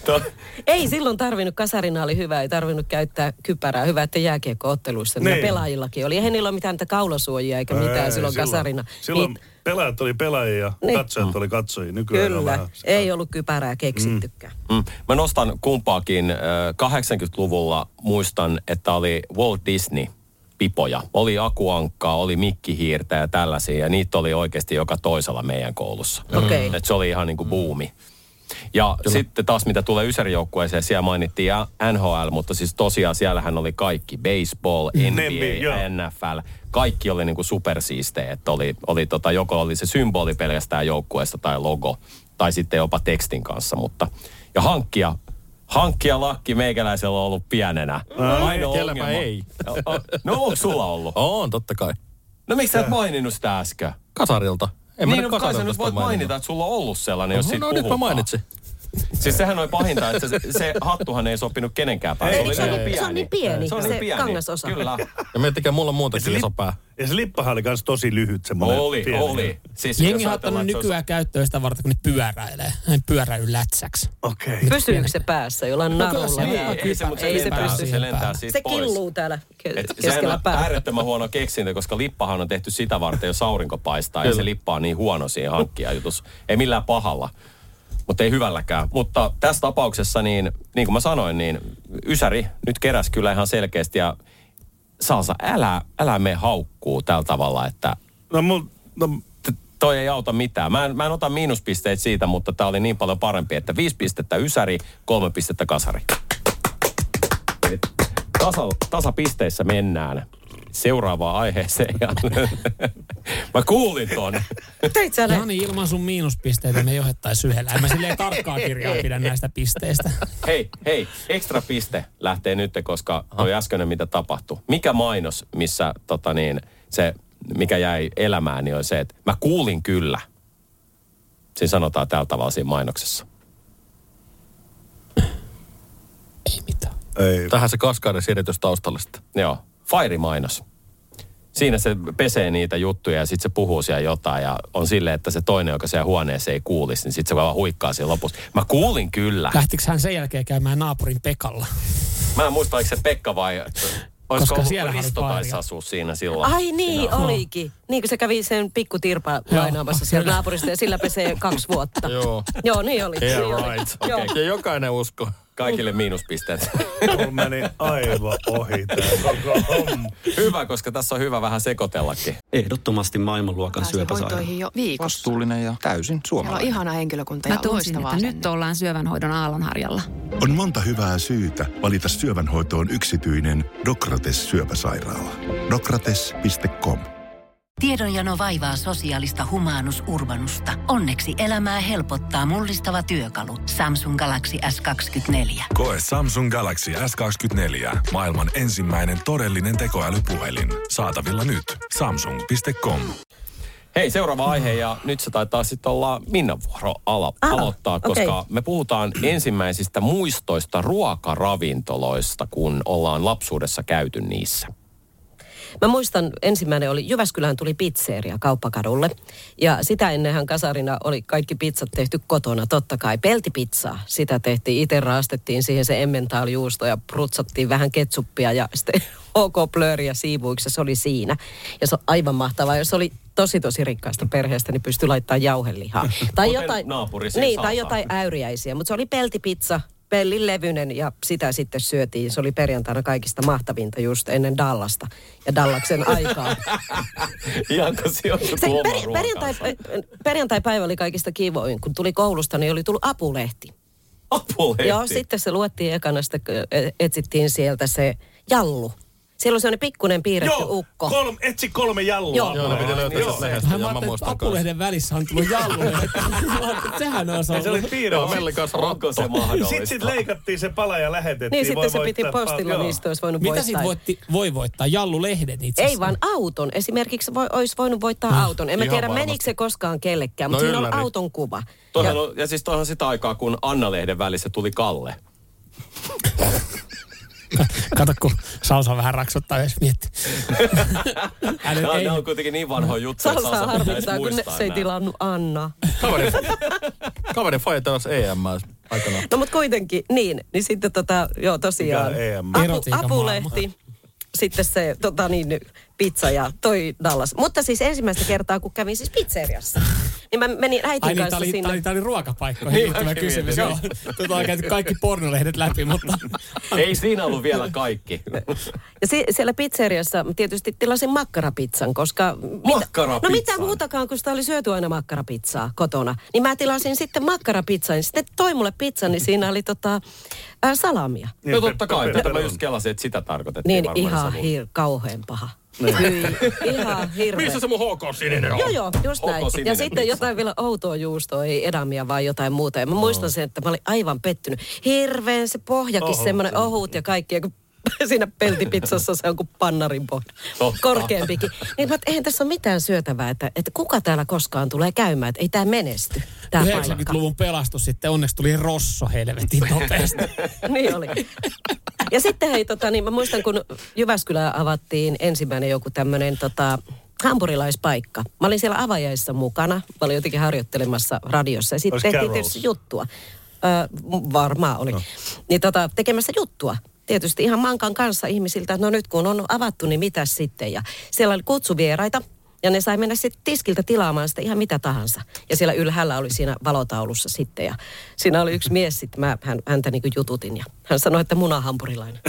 Ei silloin tarvinnut, kasarina oli hyvä, ei tarvinnut käyttää kypärää. Hyvä, että jääkiekko-otteluissa niin pelaajillakin oli. Eihän niillä ole mitään kaulasuojia eikä mitään silloin kasarina. Silloin pelaajat oli pelaajia ja katsojat oli katsojia. Nykyään kyllä, ei ollut kypärää keksittykään. Mä nostan kumpaakin. 80-luvulla muistan, että oli Walt Disney pipoja. Oli akuankkaa, oli mikkihiirtä ja tällaisia. Ja niitä oli oikeasti joka toisella meidän koulussa. Okay. Et se oli ihan niin kuin buumi. Ja sitten taas mitä tulee Ysäri-joukkueeseen, siellä mainittiin NHL, mutta siis tosiaan siellähän oli kaikki. Baseball, NBA, NFL. Kaikki oli niinku supersiistejä. Että joko oli se symboli pelkästään joukkueesta tai logo, tai sitten jopa tekstin kanssa. Ja hankkia lakki meikäläisellä on ollut pienenä. Kelläpä ei. No onko sulla ollut? On, totta kai. No miksi sä et maininnut sitä äsken? Kasarilta. Kai sä nyt voit mainita, että sulla on ollut sellainen, jos siitä puhutaan. Nyt mä mainitsin. Siis sehän oli pahinta, että se hattuhan ei sopinut kenenkään päälle. Se on niin pieni, se kangasosa. Kyllä. Ja miettikää, mulla on muutakin isopää. Ja se lippahan oli kans tosi lyhyt semmoinen. Oli. Siis jengi on ottanut nykyään käyttöön sitä varten, kun ne pyöräilee. Ne pyöräily lätsäksi. Okei. Pysyykö se päässä jollain narulla? Ei se pysty. Se lentää siitä se pois. killuu täällä keskellä sehän on päätä. äärettömän huono keksintö, koska lippahan on tehty sitä varten, jos aurinko paistaa. Ja se lippa on niin huono siihen hankkijajutus. Ei millään pahalla. Mutta ei hyvälläkään. Mutta tässä tapauksessa, niin kuin mä sanoin, niin Ysäri nyt keräsi kyllä ihan selkeästi. Ja Salsa, älä me haukkuu tällä tavalla, että toi ei auta mitään. Mä en ota miinuspisteitä siitä, mutta tää oli niin paljon parempi, että 5 pistettä Ysäri, 3 pistettä Kasari. Tasapisteissä mennään seuraavaan aiheeseen. Mä kuulin ton. Teit sä No niin, ilman sun miinuspisteitä me johdettaisiin yhdellä. En mä silleen tarkkaa kirjaa pidä näistä pisteistä. Hei, ekstra piste lähtee nyt, koska toi äskeinen mitä tapahtui. Mikä mainos, missä se, mikä jäi elämään, niin on se, että mä kuulin kyllä. Siinä sanotaan tällä tavalla siinä mainoksessa. Ei mitään. Ei. Tähän se Kaskaiden siirrytys taustalla sitten. Joo, Fire-mainos. Siinä se pesee niitä juttuja ja sitten se puhuu siellä jotain ja on silleen, että se toinen, joka siellä huoneessa ei kuulisi, niin sitten se vaan huikkaa siinä lopussa. Mä kuulin kyllä. Lähtikö hän sen jälkeen käymään naapurin Pekalla? Mä en muista, oliko se Pekka vai olisiko siellä Risto taisi asua siinä silloin. Ai niin, olikin. Niin kuin se kävi sen pikkutirpa lainaamassa siellä naapurista ja sillä pesee 2 vuotta. Joo, niin oli. Yeah, right. Okay. Ja jokainen usko. Kaikille miinuspisteet. On meni aivan ohi tämä koko homma. Hyvä, koska tässä on hyvä vähän sekoitellakin. Ehdottomasti maailmanluokan syöpäsairaala. Hoitoihin jo viikossa. Vastuullinen ja täysin suomalainen. Siellä on ihana henkilökunta ja loistavaa. Että nyt ollaan syövänhoidon aallonharjalla. On monta hyvää syytä valita syövänhoitoon yksityinen Dokrates syöpäsairaala. Dokrates.com. Tiedonjano vaivaa sosiaalista humanus urbanusta. Onneksi elämää helpottaa mullistava työkalu. Samsung Galaxy S24. Koe Samsung Galaxy S24. Maailman ensimmäinen todellinen tekoälypuhelin. Saatavilla nyt. Samsung.com. Hei, seuraava aihe ja nyt se taitaa sitten olla Minnan vuoro aloittaa, koska me puhutaan ensimmäisistä muistoista ruokaravintoloista, kun ollaan lapsuudessa käyty niissä. Mä muistan, ensimmäinen oli, Jyväskylään tuli pizzeria Kauppakadulle. Ja sitä ennenhän kasarina oli kaikki pizzat tehty kotona, totta kai. Peltipizzaa, sitä tehtiin. Itse raastettiin siihen se emmentaalijuusto ja prutsattiin vähän ketsuppia ja sitten OK-plööriä siivuiksi, se oli siinä. Ja se on aivan mahtavaa. Jos oli tosi rikkaasta perheestä, niin pystyi laittamaan jauhelihaa. Tai jotain äyriäisiä, mutta se oli peltipizza. Pellin levyinen ja sitä sitten syötiin. Se oli perjantaina kaikista mahtavinta just ennen Dallasta ja Dallaksen aikaa. Ihanko perjantai-päivä oli kaikista kivoin. Kun tuli koulusta, niin oli tullut apulehti. Apulehti? Joo, sitten se luettiin ekana, sitten etsittiin sieltä se jallu. Siellä on sellainen pikkuinen piirretty ukko. Etsi 3 jallua. Joo, ne piti löytää sitä lehdestä. Mä ajattelin, että apulehden välissä on tullut jallu. Sehän on se oli piirretty. Onko se mahdollista? Sitten leikattiin se pala ja lähetettiin. Niin, sitten se piti postilla, niistä olisi voinut voittaa. Mitä siitä voi voittaa? Jallulehden itse asiassa? Ei vaan auton. Esimerkiksi olisi voinut voittaa auton. En mä tiedä, menikö se koskaan kellekään, mutta siinä on auton kuva. Ja siis toihan sitä aikaa, kun Anna-lehden välissä tuli Kalle. Kato, kun Salsa vähän raksuttaa, jos miettii. Ne on kuitenkin niin vanhoja juttuja, että Salsa harmittaa, kun se ei tilannut Anna. Kaverin faija tällaisi EM aikanaan. No mutta kuitenkin, niin sitten tosiaan apulehti, sitten se pizza ja toi Dallas. Mutta siis ensimmäistä kertaa, kun kävin siis pizzeriassa, Niin mä menin äitin kanssa sinne. Tämä oli ruokapaikkoihin liittyvä kysymys. Joo. On käyty kaikki pornolehdet läpi, mutta... Ei siinä ollut vielä kaikki. Ja siellä pizzeriassa tietysti tilasin makkarapizzan, koska... Makkarapizzan? No mitä muutakaan, kun sitä oli syöty aina makkarapizzaa kotona. Niin mä tilasin sitten makkarapizzan, niin sitten toi mulle pizzan, niin siinä oli salamia. No totta kai, tätä mä just kelasin, että sitä tarkoitettiin niin ihan kauhean paha. Ihan hirveä. Missä se mun HK Sininen on? Joo, just näin. Ja sitten jotain vielä outoa juustoa, ei edamia, vaan jotain muuta. Ja mä muistan sen, että mä olin aivan pettynyt. Hirveän se pohjakin semmoinen ohut ja kaikki. Ja kun siinä peltipizzassa se on kuin pannarin pohja. Korkeampikin. Niin mä, eihän tässä ole mitään syötävää, että kuka täällä koskaan tulee käymään, että ei tää menesty. 90-luvun pelastus sitten, onneksi tuli Rosso helvetin nopeasti. Niin oli. Ja sitten hei, niin mä muistan, kun Jyväskylään avattiin ensimmäinen joku tämmöinen hampurilaispaikka. Mä olin siellä avajaissa mukana. Mä olin jotenkin harjoittelemassa radiossa. Ja sitten tehtiin tietysti juttua. Varmaan oli. Niin tekemässä juttua. Tietysti ihan mankan kanssa ihmisiltä, että no nyt kun on avattu, niin mitäs sitten. Ja siellä oli kutsuvieraita. Ja ne sai mennä sitten tiskiltä tilaamaan sitä ihan mitä tahansa. Ja siellä ylhäällä oli siinä valotaulussa sitten. Ja siinä oli yksi mies sitten, mä häntä niin kuin jututin. Ja hän sanoi, että munahampurilainen.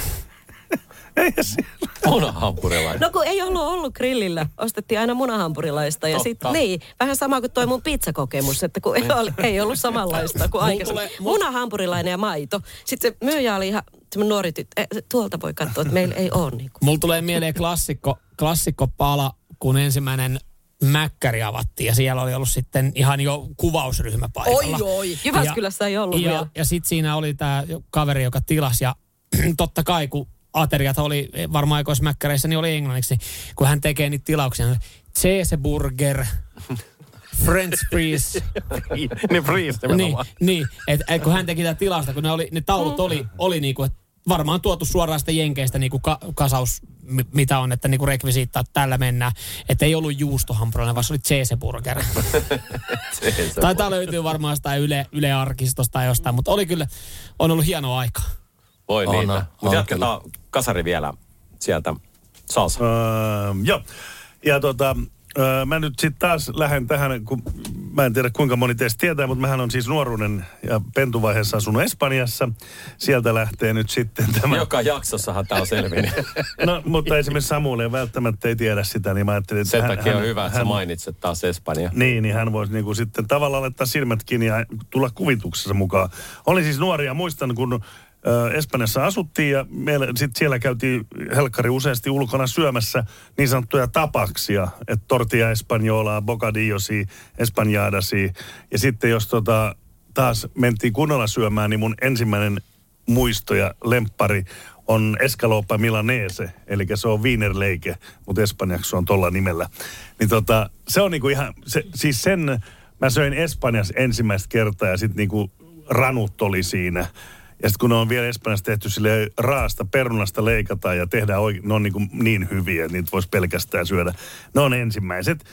Munahampurilainen? No kun ei ollut grillillä. Ostettiin aina munahampurilaista. Ja sitten niin, vähän sama kuin toi mun pizzakokemus. Että kun ei ollut samanlaista kuin aikaisemmin. Munahampurilainen ja maito. Sitten se myyjä oli ihan semmoinen nuori tyttö. Tuolta voi katsoa, että meillä ei ole niin kuin. Mulla tulee mieleen klassikko pala, kun ensimmäinen mäkkäri avattiin ja siellä oli ollut sitten ihan jo kuvausryhmä paikalla. Oi, Jyväskylässä ei ollut vielä. Ja sitten siinä oli tämä kaveri, joka tilasi ja totta kai kun ateriat oli varmaan aikoismäkkäreissä, niin oli englanniksi. Kun hän tekee niitä tilauksia, cheeseburger, French fries. Ne fries nimenomaan. Niin että kun hän teki tätä tilausta, kun ne taulut oli niinku, että varmaan tuotu suoraan sitä jenkeistä niinku kasaus, mitä on, että niinku rekvisiittaa, että tällä mennään. Että ei ollut juustohampurilainen, vaan se oli cheeseburger. Taitaa löytyy varmaan sitä Yle Arkistosta tai jostain, mutta on ollut hienoa aikaa. Voi niitä. Mutta jatketaan kasari vielä sieltä salsa. Joo. Ja mä nyt sitten taas lähden tähän, kun mä en tiedä kuinka moni teistä tietää, mutta mähän on siis nuoruuden ja pentuvaiheessa asunut Espanjassa. Sieltä lähtee nyt sitten tämä... Joka jaksossahan tää on selvinnyt. No, mutta esimerkiksi Samuel välttämättä ei tiedä sitä, niin mä ajattelin, että sen takia on hyvä, että sä mainitset taas Espanja. Niin hän voisi niinku sitten tavallaan laittaa silmät kiinni ja tulla kuvituksessa mukaan. Olin siis nuori ja muistan, kun Espanjassa asuttiin ja sitten siellä käytiin helkkari useasti ulkona syömässä niin sanottuja tapaksia, että tortilla española, bocadillosi, espanjadasi. Ja sitten jos taas mentiin kunnolla syömään, niin mun ensimmäinen muisto ja lemppari on escalopa milanese, eli se on wienerleike, mutta espanjaksi se on tolla nimellä. Niin se on niinku ihan, siis sen mä söin Espanjassa ensimmäistä kertaa ja sitten niinku ranut oli siinä. Ja sitten kun ne on vielä Espanjassa tehty silleen raasta perunasta leikataan ja tehdään ne on niin hyviä, että niitä voisi pelkästään syödä. Ne on ensimmäiset.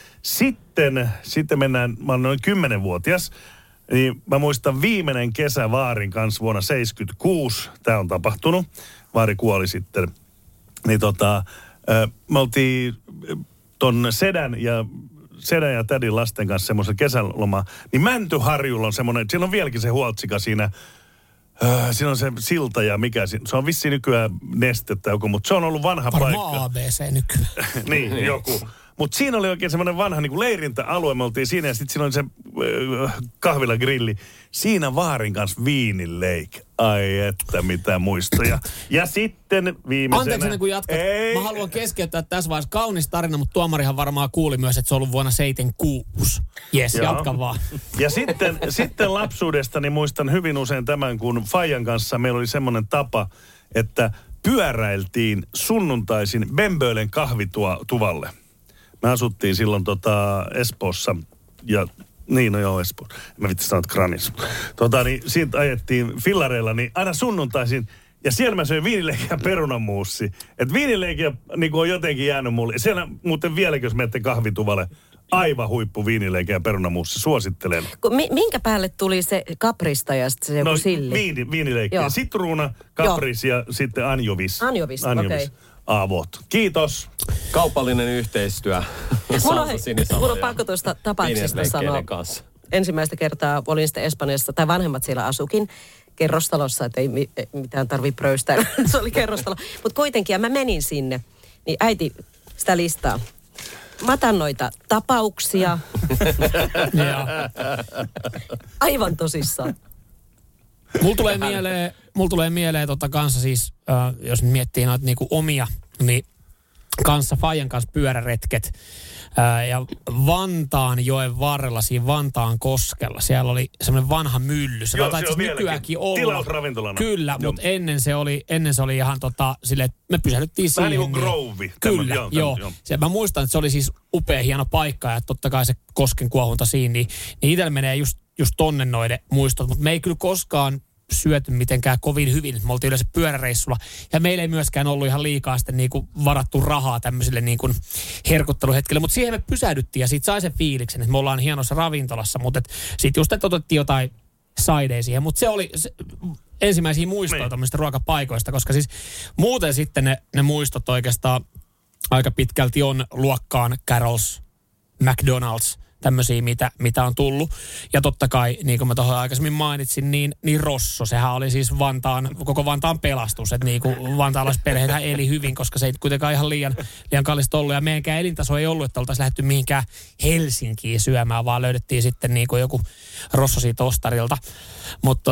Sitten mennään, mä olen noin 10-vuotias, niin mä muistan viimeinen kesä Vaarin kanssa vuonna 1976. Tämä on tapahtunut. Vaari kuoli sitten. Niin me oltiin ton sedän ja tädin lasten kanssa semmoisen kesäloma. Niin Mäntyharjulla on semmoinen, siellä on vieläkin se huoltsika siinä. Siinä on se silta ja mikä se on vissiin nykyään nestettä joku, mutta se on ollut vanha paikka. Varmaan ABC nykyään. Niin, joku. Mutta siinä oli oikein semmoinen vanha niin kuin leirintäalue, me oltiin siinä ja sitten siinä oli se kahvilagrilli. Siinä Vaarin kanssa viinileik. Ai että mitä muistoja. Ja sitten viimeisenä... Anteeksi ennen kuin jatkat. Mä haluan keskeyttää tässä vaiheessa kaunis tarina, mutta tuomarihan varmaan kuuli myös, että se on ollut vuonna 1976. Jes, jatka vaan. Ja sitten lapsuudestani muistan hyvin usein tämän, kun Fajan kanssa meillä oli semmoinen tapa, että pyöräiltiin sunnuntaisin Bembölen kahvituvalle. Me asuttiin silloin Espoossa ja Espoossa. Mä vitsi sanoa, että Granissa. Niin siitä ajettiin fillareilla, niin aina sunnuntaisin. Ja siellä mä söin viinileikiä ja perunamuussi. Että viinileikiä niin on jotenkin jäänyt mulle. Siellä muuten vieläkin, jos menette kahvituvalle, aivan huippu viinileikiä ja perunamuussi. Suosittelen. Minkä päälle tuli se kaprista ja sitten se joku silli? Viinileikiä. Sitruuna, kapris ja sitten anjovis. Anjovis, okei. avot. Kiitos. Kaupallinen yhteistyö. Mun on pakko tuosta tapauksesta sanoa. Kanssa. Ensimmäistä kertaa olin sitten Espanjassa, tai vanhemmat siellä asukin, kerrostalossa, että ei mitään tarvitse pröystäillä. Se oli kerrostalo. Mutta kuitenkin, ja mä menin sinne, niin äiti sitä listaa. Mä otan noita tapauksia. Aivan tosissaan. Mulla tulee mieleen kanssa siis, jos miettii noita niinku omia, niin kanssa Fajan kanssa pyöräretket. Ja Vantaanjoen varrella, siinä Vantaan koskella, siellä oli semmoinen vanha mylly. Se taitaa itse nykyäänkin olla. Tilausravintolana. Kyllä, mutta ennen se oli ihan silleen, että me pysähdyttiin siihen. Vähän niin kuin Grovi. Kyllä, joo. Mä muistan, että se oli siis upea, hieno paikka ja totta kai se kosken kuohunta siinä, niin itsellä menee just tonne noiden muistot, mutta me ei kyllä koskaan syöty mitenkään kovin hyvin. Me oltiin yleensä pyöräreissulla ja meillä ei myöskään ollut ihan liikaa sitten niinku varattu rahaa tämmöisille niinku herkutteluhetkelle. Mutta siihen me pysähdyttiin ja siitä sai sen fiiliksen, että me ollaan hienossa ravintolassa. Mutta sitten just, että otettiin jotain sideja siihen. Mutta se oli ensimmäisiä muistoja tämmöistä ruokapaikoista, koska siis muuten sitten ne muistot oikeastaan aika pitkälti on luokkaan Carol's, McDonald's, tämmöisiä, mitä on tullut. Ja totta kai, niin kuin mä tuohon aikaisemmin mainitsin, niin Rosso, sehän oli siis koko Vantaan pelastus. Että niin kuin vantaalaisperiheethän eli hyvin, koska se ei kuitenkaan ihan liian kallista ollut. Ja meidänkään elintaso ei ollut, että oltaisiin lähdetty mihinkään Helsinkiin syömään, vaan löydettiin sitten niin kuin joku Rosso siitä ostarilta. Mutta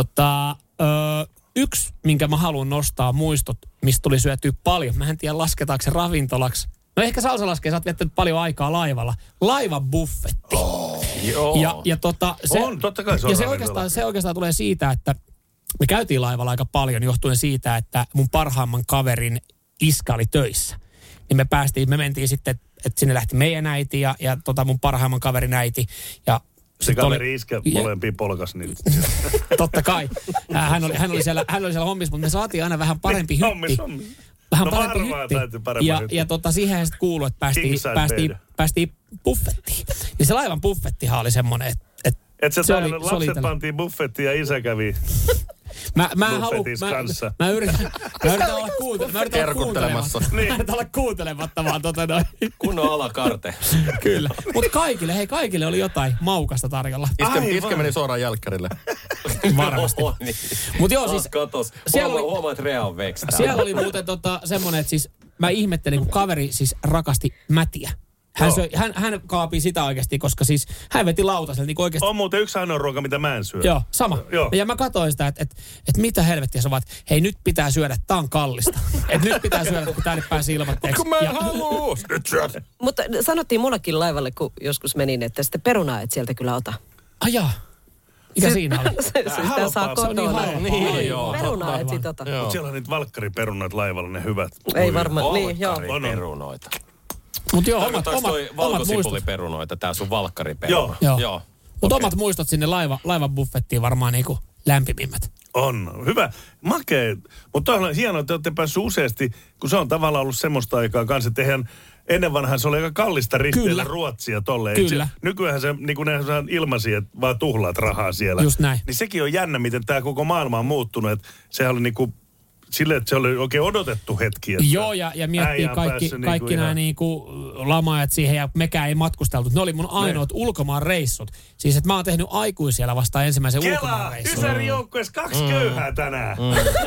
yksi, minkä mä haluan nostaa muistot, mistä tuli syötyä paljon. Mä en tiedä, lasketaanko se ravintolaksi. No ehkä Salsa laskee, sä oot viettänyt paljon aikaa laivalla. Laivan buffetti. Joo. Ja totta kai se on se oikeastaan tulee siitä, että me käytiin laivalla aika paljon johtuen siitä, että mun parhaimman kaverin iskä oli töissä. Niin me mentiin sitten, että sinne lähti meidän äiti ja mun parhaimman kaverin äiti. Ja se kaveri iskä molempia polkas niitä. Totta kai. Hän oli siellä hommissa, mutta me saatiin aina vähän parempi hytti. Vähän parempi hytti. Ja siihen sitten kuului, että päästiin buffettiin. Niin se laivan buffettihan oli semmoinen, että se oli lapset pantiin buffettiin ja isä kävi buffetissa. Mä yritän olla kuuntelematta vaan kunnon alakarte. Kyllä. Mutta kaikille oli jotain maukasta tarjolla. Iskä meni suoraan jälkkärille. Varmasti. Mutta joo siis. Katos. Huomaa, että Rea on veksää. Siellä oli muuten semmoinen, että siis mä ihmettelin, kun kaveri siis rakasti mätiä. Hän kaapi sitä oikeasti, koska siis hän veti lautaselle niin oikeasti. On muuten yksi ainoa ruoka, mitä mä en syö. Joo, sama. Joo. Ja mä katsoin sitä, että mitä helvettiä sä vaat. Hei, nyt pitää syödä, tää on kallista. Että nyt pitää syödä, kun tänne pääsi ilmatteeksi. Kun mä en haluu. Mutta sanottiin mullekin laivalle, kun joskus menin, että sitten perunaa et sieltä kyllä ota. Ajaa. Mikä siinä oli? Sitä saa kotona. Niin, joo. Perunaa et sit ota. Mutta siellä on niitä valkkariperunoita laivalla, ne hyvät. Ei varmaan, niin joo. Valkkariperunoita. Mutta joo, valkosipuliperunoita, tää sun valkkariperuna. Joo. Mutta omat muistot sinne laivan buffettiin varmaan niinku lämpimimmät. On, hyvä. Makee. Mutta on hienoa, että olette päässyt useasti, kun se on tavallaan ollut semmoista aikaa kanssa, että ennen vanhaan se oli aika kallista risteillä Ruotsia tolleen. Kyllä. Nykyään se, niin kuin ne on ilmaisia, että vaan tuhlaat rahaa siellä. Just näin. Niin sekin on jännä, miten tämä koko maailma on muuttunut. Että sehän oli niinku silleen, että se oli oikein odotettu hetki. Joo, ja miettii kaikki nämä niinku lamaajat siihen, ja mekään ei matkusteltu. Ne oli mun ainoat ulkomaan reissut. Siis, että mä oon tehnyt aikuisiellä vasta ensimmäisen ulkomaan reissun. Kela, Ysäri-joukkueessa 2 köyhää tänään.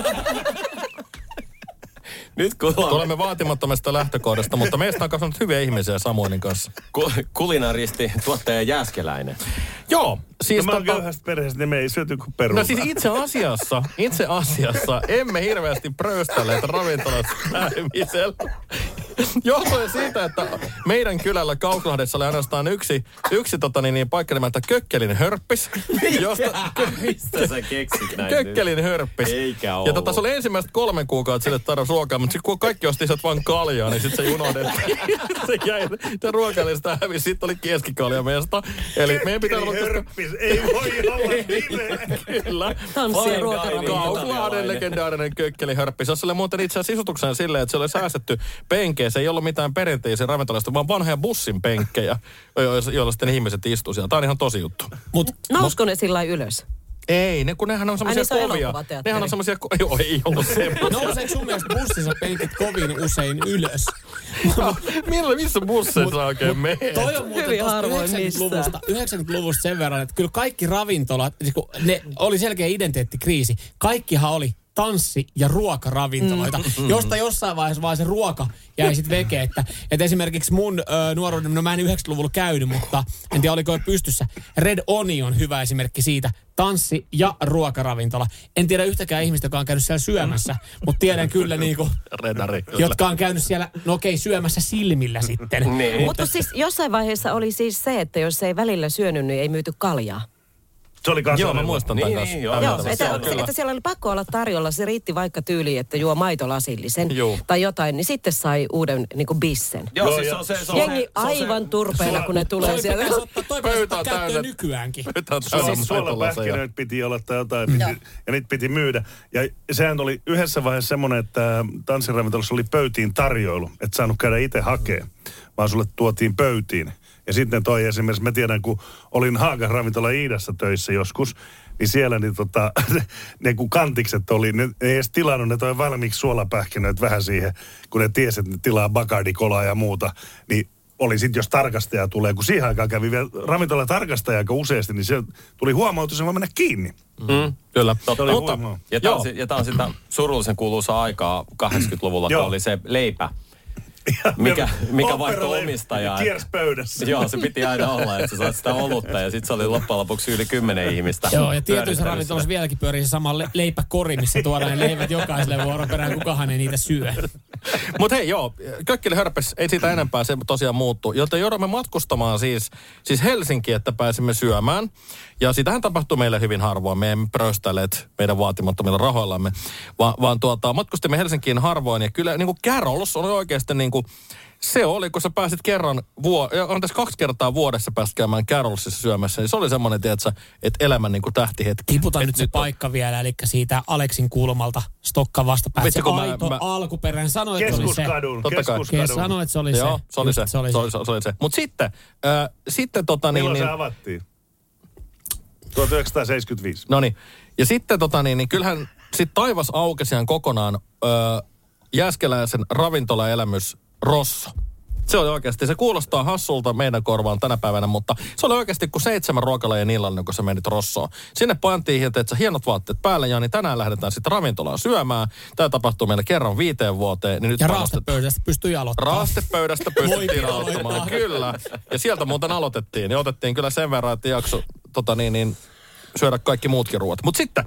Nyt kuullaan. Tulemme vaatimattomasta lähtökohdasta, mutta meistä on kasvanut hyviä ihmisiä Samuelin kanssa. Kulinaristi, tuottaja Jääskeläinen. Joo. Siis mä oon köyhästä perheestä, niin me ei syöty kuin perunaa. No siis itse asiassa emme hirveästi pröystäleet ravintolassa käymisellä. Johtuen siitä, että meidän kylällä Kauklahdessa oli ainoastaan yksi paikka nimeltä Kökkelin hörppis. Mistä sä keksit näin? Kökkelin hörppis. Eikä ollut. Ja se oli ensimmäiset 3 kuukautta sille tarjosi ruokaa, mutta sitten kun kaikki osti sieltä vaan kaljaa, niin sitten se unohdettiin. Se jäi, se ruokalista hävisi, sitten oli keskikaljameesta. Eli meidän pitää olla hörppis, ei voi olla nimeä. Kyllä. Tanssia ruokaravintolaa. Kauklahden legendaarinen Kökkelin hörppis. Se oli muuten itse asiassa sisutuksena silleen, että se oli säästetty penkkejä. Se ei ollut mitään perinteisiä ravintolasta, vaan vanhoja bussin penkkejä, joilla sitten ihmiset istuu siellä. Tämä on ihan tosi juttu. Nousko ne sillä ylös? Ei, nehän on semmoisia kovia. Nehän on semmoisia, joo, ei ollut semmoisia. Nouseeko sun mielestä bussissa penkit kovin usein ylös? Missä busseissa oikein menee? Toi on muuten 90-luvusta sen verran, että kyllä kaikki ravintolat, ne oli selkeä identiteettikriisi. Kaikkihan oli tanssi- ja ruokaravintoloita, josta jossain vaiheessa vaan se ruoka jäi sitten veke. Että esimerkiksi mun nuoruuden, no mä en 90-luvulla käynyt, mutta en tiedä oliko jo pystyssä. Red Onion hyvä esimerkki siitä. Tanssi- ja ruokaravintola. En tiedä yhtäkään ihmistä, joka on käynyt siellä syömässä, mutta tiedän kyllä niinku, jotka on käynyt siellä, no okei, syömässä silmillä sitten. Niin. Mutta siis jossain vaiheessa oli siis se, että jos ei välillä syönyt, niin ei myyty kaljaa. Se oli kanssa. Joo, mä muistan tämän kanssa. Että siellä oli pakko olla tarjolla. Se riitti vaikka tyyliin, että juo maitolasillisen tai jotain, niin sitten sai uuden niinku bissen. Joo, siis se on jengi aivan turpeena, kun ne tulee siellä. Toi pitäisi käyttöön nykyäänkin. Suolapähkinöitä piti olla tai jotain, ja niitä piti myydä. Ja sehän oli yhdessä vaiheessa semmoinen, että tanssiravintolassa oli pöytiin tarjoilu, et saanut käydä itse hakea, vaan sulle tuotiin pöytiin. Ja sitten toi esimerkiksi, mä tiedän, kun olin Haagan ravintola Iidassa töissä joskus, niin siellä ne kun kantikset oli, ne ei edes tilannut, ne toi valmiiksi suolapähkinöitä vähän siihen, kun ne tiesi, että ne tilaa Bacardi-kolaa ja muuta, niin oli sitten, jos tarkastaja tulee, kun siihen aikaan kävi vielä ravintola tarkastaja aika useasti, niin se tuli huomautus, että voi mennä kiinni. Kyllä. Ja tämä on sitä surullisen kuuluisaa aikaa 80-luvulla, kun oli se leipä. Mikä vaihtoi omistajaa. Kiersi pöydässä. Joo, se piti aina olla, että sä saat sitä olutta ja sitten se oli loppujen lopuksi yli 10 ihmistä. Joo, ja tietyissä ravintolassa vieläkin pyörii se sama leipäkori, missä tuodaan ne leivät jokaiselle vuoroperään, kukahan ei niitä syö. Mutta hei, joo, kökkeli hörpes, ei siitä enempää, se tosiaan muuttuu. Joten joudumme matkustamaan siis Helsinkiin, että pääsimme syömään. Ja sitähän tapahtuu meille hyvin harvoin. Me emme pröstäleet meidän vaatimattomilla rahoillamme, vaan matkustimme Helsinkiin harvoin. Ja kyllä niin kuin Carols on oikeasti niin kuin, se oli, kun sä pääsit 2 kertaa vuodessa pääsit käymään Carolsissa syömässä, niin se oli semmoinen, tiedätkö, että elämän niin kuin tähtihetki. Tiputaan nyt se paikka vielä, eli siitä Aleksin kulmalta Stokka vastapäätä. Se aito alkuperäinen sanoi, että oli se. Keskustadun. Sanoi, että se oli se. Joo, se oli se. Mutta sitten milloin se avattiin? 1975. Noniin. Ja sitten niin kyllähän sit taivas aukesi ihan kokonaan jääskeläisen ravintolaelämys Rosso. Se oli oikeasti, se kuulostaa hassulta meidän korvaan tänä päivänä, mutta se oli oikeasti kuin 7 ruokalajien illallinen, kun sä menit Rossoon. Sinne pantiin, että hienot vaatteet päälle, ja niin tänään lähdetään sitten ravintolaan syömään. Tämä tapahtuu meille kerran 5 vuoteen. Niin nyt ja raastepöydästä pystyi aloittamaan. Raastepöydästä pystyttiin aloittamaan, kyllä. Ja sieltä muuten aloitettiin. Ja otettiin kyllä sen verran, että jakso syödä kaikki muutkin ruoat. Mutta sitten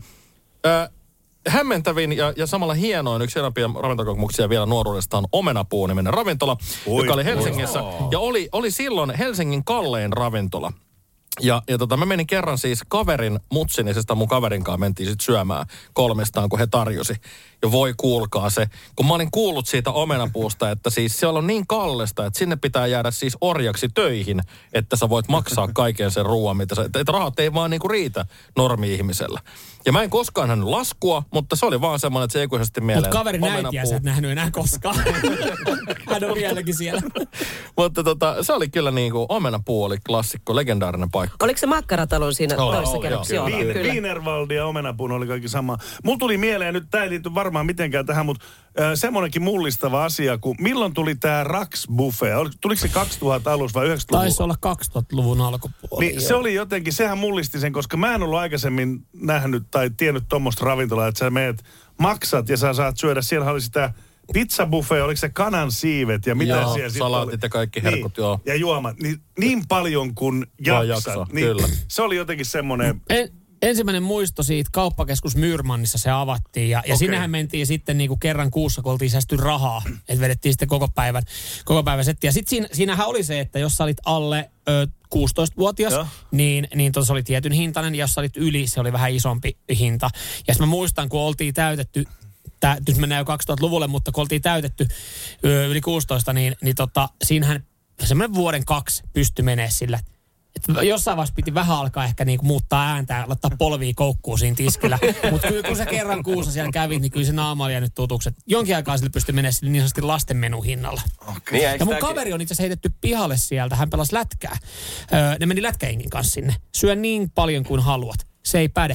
hämmentävin ja samalla hienoin yksi hienompia ravintolakokemuksia vielä nuoruudesta on Omenapuu-niminen ravintola, joka oli Helsingissä. Ja oli silloin Helsingin kallein ravintola. Ja mä menin kerran siis kaverin mutsinisesta, mun kaverinkaan mentiin sitten syömään 3, kun he tarjosi. Ja voi kuulkaa se, kun mä olin kuullut siitä Omenapuusta, että siis siellä on niin kallista, että sinne pitää jäädä siis orjaksi töihin, että sä voit maksaa kaiken sen ruoan, mitä sä, että rahat ei vaan niinku riitä normi-ihmisellä. Ja mä en koskaan nähnyt laskua, mutta se oli vaan semmoinen, että se ikuisesti mieleen. Mutta kaverin äitiä sä et nähnyt enää koskaan. Hän on vieläkin siellä. Mutta se oli kyllä niinku, Omenapuu oli klassikko, legendaarinen paikka. Oliko se Makkaratalon siinä toisessa kerroksessa? Joo, Wienerwald ja Omenapuun oli kaikki sama. Mulla tuli mieleen, nyt tää ei liity varmaan mitenkään tähän, mutta semmoinenkin mullistava asia, kun milloin tuli tää Rax Buffet? Tuliko se 2000 alus vai 90-luvun? Taisi olla 2000-luvun alkupuoli. Niin, se oli jotenkin, sehän mullisti sen, koska mä en ollut aikaisemmin nähnyt tai tiennyt tommoista ravintolaa, että sä meet, maksat ja sä saat syödä. Siellä oli sitä pizzabuffet, oliko se kanan siivet ja mitä siellä sitten salaatit ja kaikki herkut, niin, joo. Ja juomat, niin paljon kuin jaksat. Niin, kyllä. Se oli jotenkin semmoinen. Ensimmäinen muisto siitä kauppakeskus Myyrmannissa se avattiin ja sinnehän mentiin sitten niinku kerran kuussa, kun oltiin säästy rahaa, että vedettiin sitten koko päivän setti. Ja sitten siinähän oli se, että jos sä olit alle 16-vuotias, niin se oli tietyn hintainen, ja jos sä olit yli, se oli vähän isompi hinta. Ja sitten mä muistan, kun oltiin täytetty, nyt mennään jo 2000-luvulle, mutta kun oltiin täytetty yli 16, niin siinähän semmoinen 1-2 vuoden pystyi menee sillä. Et jossain vaiheessa piti vähän alkaa ehkä niinku muuttaa ääntä ja laittaa polvia koukkuun siinä tiskillä. Mutta kyllä kun sä kerran kuussa siellä kävit, niin kyllä se naama oli jäänyt tutuksi. Jonkin aikaa sille pystyi mennä sille niin sanotusti lastenmenun hinnalla. Okay. Ja mun kaveri on itse asiassa heitetty pihalle sieltä. Hän pelasi lätkää. Ne meni lätkäingin kanssa sinne. Syö niin paljon kuin haluat. Se ei päde.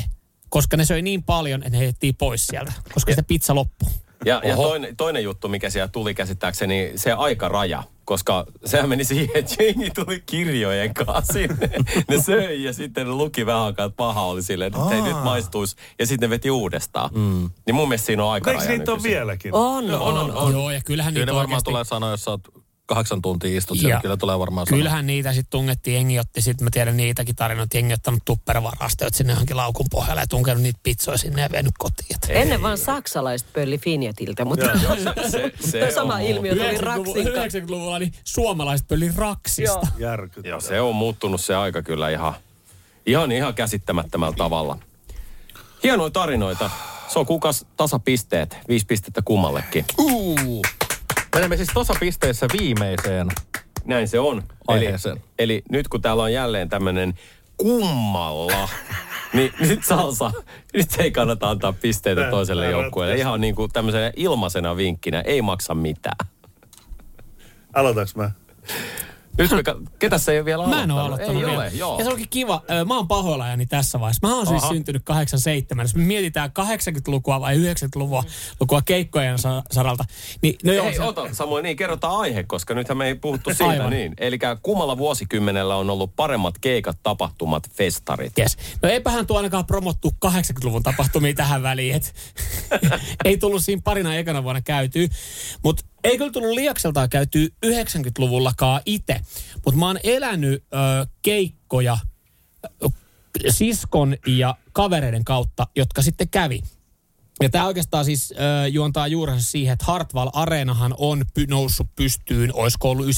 koska ne söi niin paljon, että ne heitettiin pois sieltä, koska sitä pizza loppui. Ja toinen juttu, mikä siellä tuli käsittääkseni, se aikaraja. Koska sehän meni siihen, että jengi tuli kirjojen kanssa sinne. Ne söi ja sitten ne luki vähän aikaa, että paha oli silleen, että ei nyt maistuisi. Ja sitten ne veti uudestaan. Niin mun mielestä siinä on aikaraja. Eikö niitä ole vieläkin? On. Joo, ja kyllähän niitä varmaan oikeasti tulee sanoa, jos sä oot 8 tuntia istut siellä, kyllä tulee varmaan sanoa. Kyllähän niitä sitten tungettiin, jengi otti sitten, mä tiedän niitäkin tarinoita, jengi ottanut tuppervarasteet sinne johonkin laukun pohjalle ja tunkenut niitä pizzoja sinne ja vienyt kotiin. Ennen vaan saksalaiset pölli Finjetiltä, mutta se sama ilmiö tuli Raksin. 90-luvulla niin suomalaiset pölli Raksista. Joo, se on muuttunut se aika kyllä ihan käsittämättömällä tavalla. Hienoja tarinoita. Se on kukas tasapisteet, 5 pistettä kummallekin. Menemme siis tasapisteissä viimeiseen. Näin se on. Eli nyt kun täällä on jälleen tämmöinen kummalla, niin nyt Salsa, nyt ei kannata antaa pisteitä toiselle joukkueelle. Ihan niin kuin tämmöisenä ilmaisena vinkkinä, ei maksa mitään. Aloitaks mä? Nyt ketä se ei ole vielä aloittanut? Mä en ole aloittanut vielä. Ja se onkin kiva. Mä oon pahoillani tässä vaiheessa. Mä oon siis syntynyt 87. Jos me mietitään 80-lukua vai 90-lukua keikkojen saralta. Niin, no joo, Samoin niin, kerrotaan aihe, koska nythän me ei puhuttu siitä. Aivan. Niin. Eli kummalla vuosikymmenellä on ollut paremmat keikat, tapahtumat, festarit. Yes. No eipähän tuo ainakaan promottu 80-luvun tapahtumia tähän väliin. Ei tullut siinä parina ekana vuonna käytyä. Mutta ei kyllä tullut Liakseltaan käytyä 90-luvullakaan itse, mutta mä oon elänyt keikkoja siskon ja kavereiden kautta, jotka sitten kävi. Ja tämä oikeastaan siis juontaa juurensa siihen, että Hartwall Areenahan on noussut pystyyn, olisiko ollut 96-97.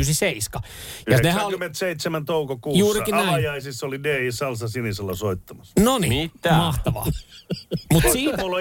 97 toukokuussa juurikin näin. Avajaisissa oli DJ Salsa Sinisellä soittamassa. Noniin, mahtavaa. Mutta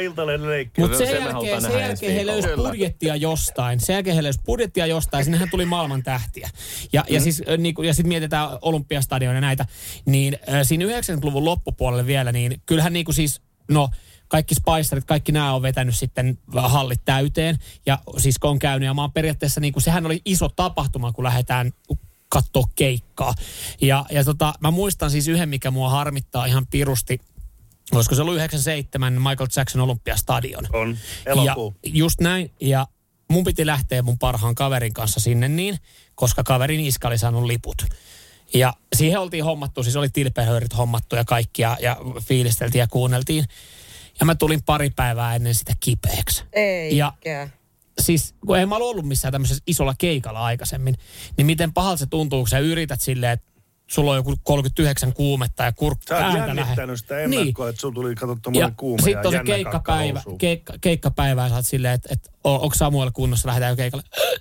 sen jälkeen he löysi budjettia jostain. Sinnehän tuli maailman tähtiä. Ja sitten mietitään Olympiastadion ja näitä. Niin siinä 90-luvun loppupuolelle vielä, niin kyllähän niinku siis, kaikki Spicerit, kaikki nämä on vetänyt sitten hallit täyteen. Ja siis kun on käynyt, ja mä oon periaatteessa, niin kuin, sehän oli iso tapahtuma, kun lähdetään katsoa keikkaa. Ja mä muistan siis yhden, mikä mua harmittaa ihan pirusti. Olisiko se ollut 97 Michael Jackson Olympiastadion? On, elokuu. Ja just näin, ja mun piti lähteä mun parhaan kaverin kanssa sinne niin, koska kaverin iska oli saanut liput. Ja siihen oltiin hommattu, siis oli tilpehöörit hommattu ja kaikkia, ja fiilisteltiin ja kuunneltiin. Ja mä tulin pari päivää ennen sitä kipeäksi. Ja siis, kun en mä ollut missään tämmöisessä isolla keikalla aikaisemmin, niin miten pahalta se tuntuu, kun sä yrität silleen, että sulla on joku 39 kuumetta ja kurkku ääntä lähe. Sä oot jännittänyt sitä ennakkoa, että sulla tuli tommoinen kuuma ja jännä keikkapäivä ja sä oot silleen, että onko Samuel kunnossa, lähdetään jo keikalle.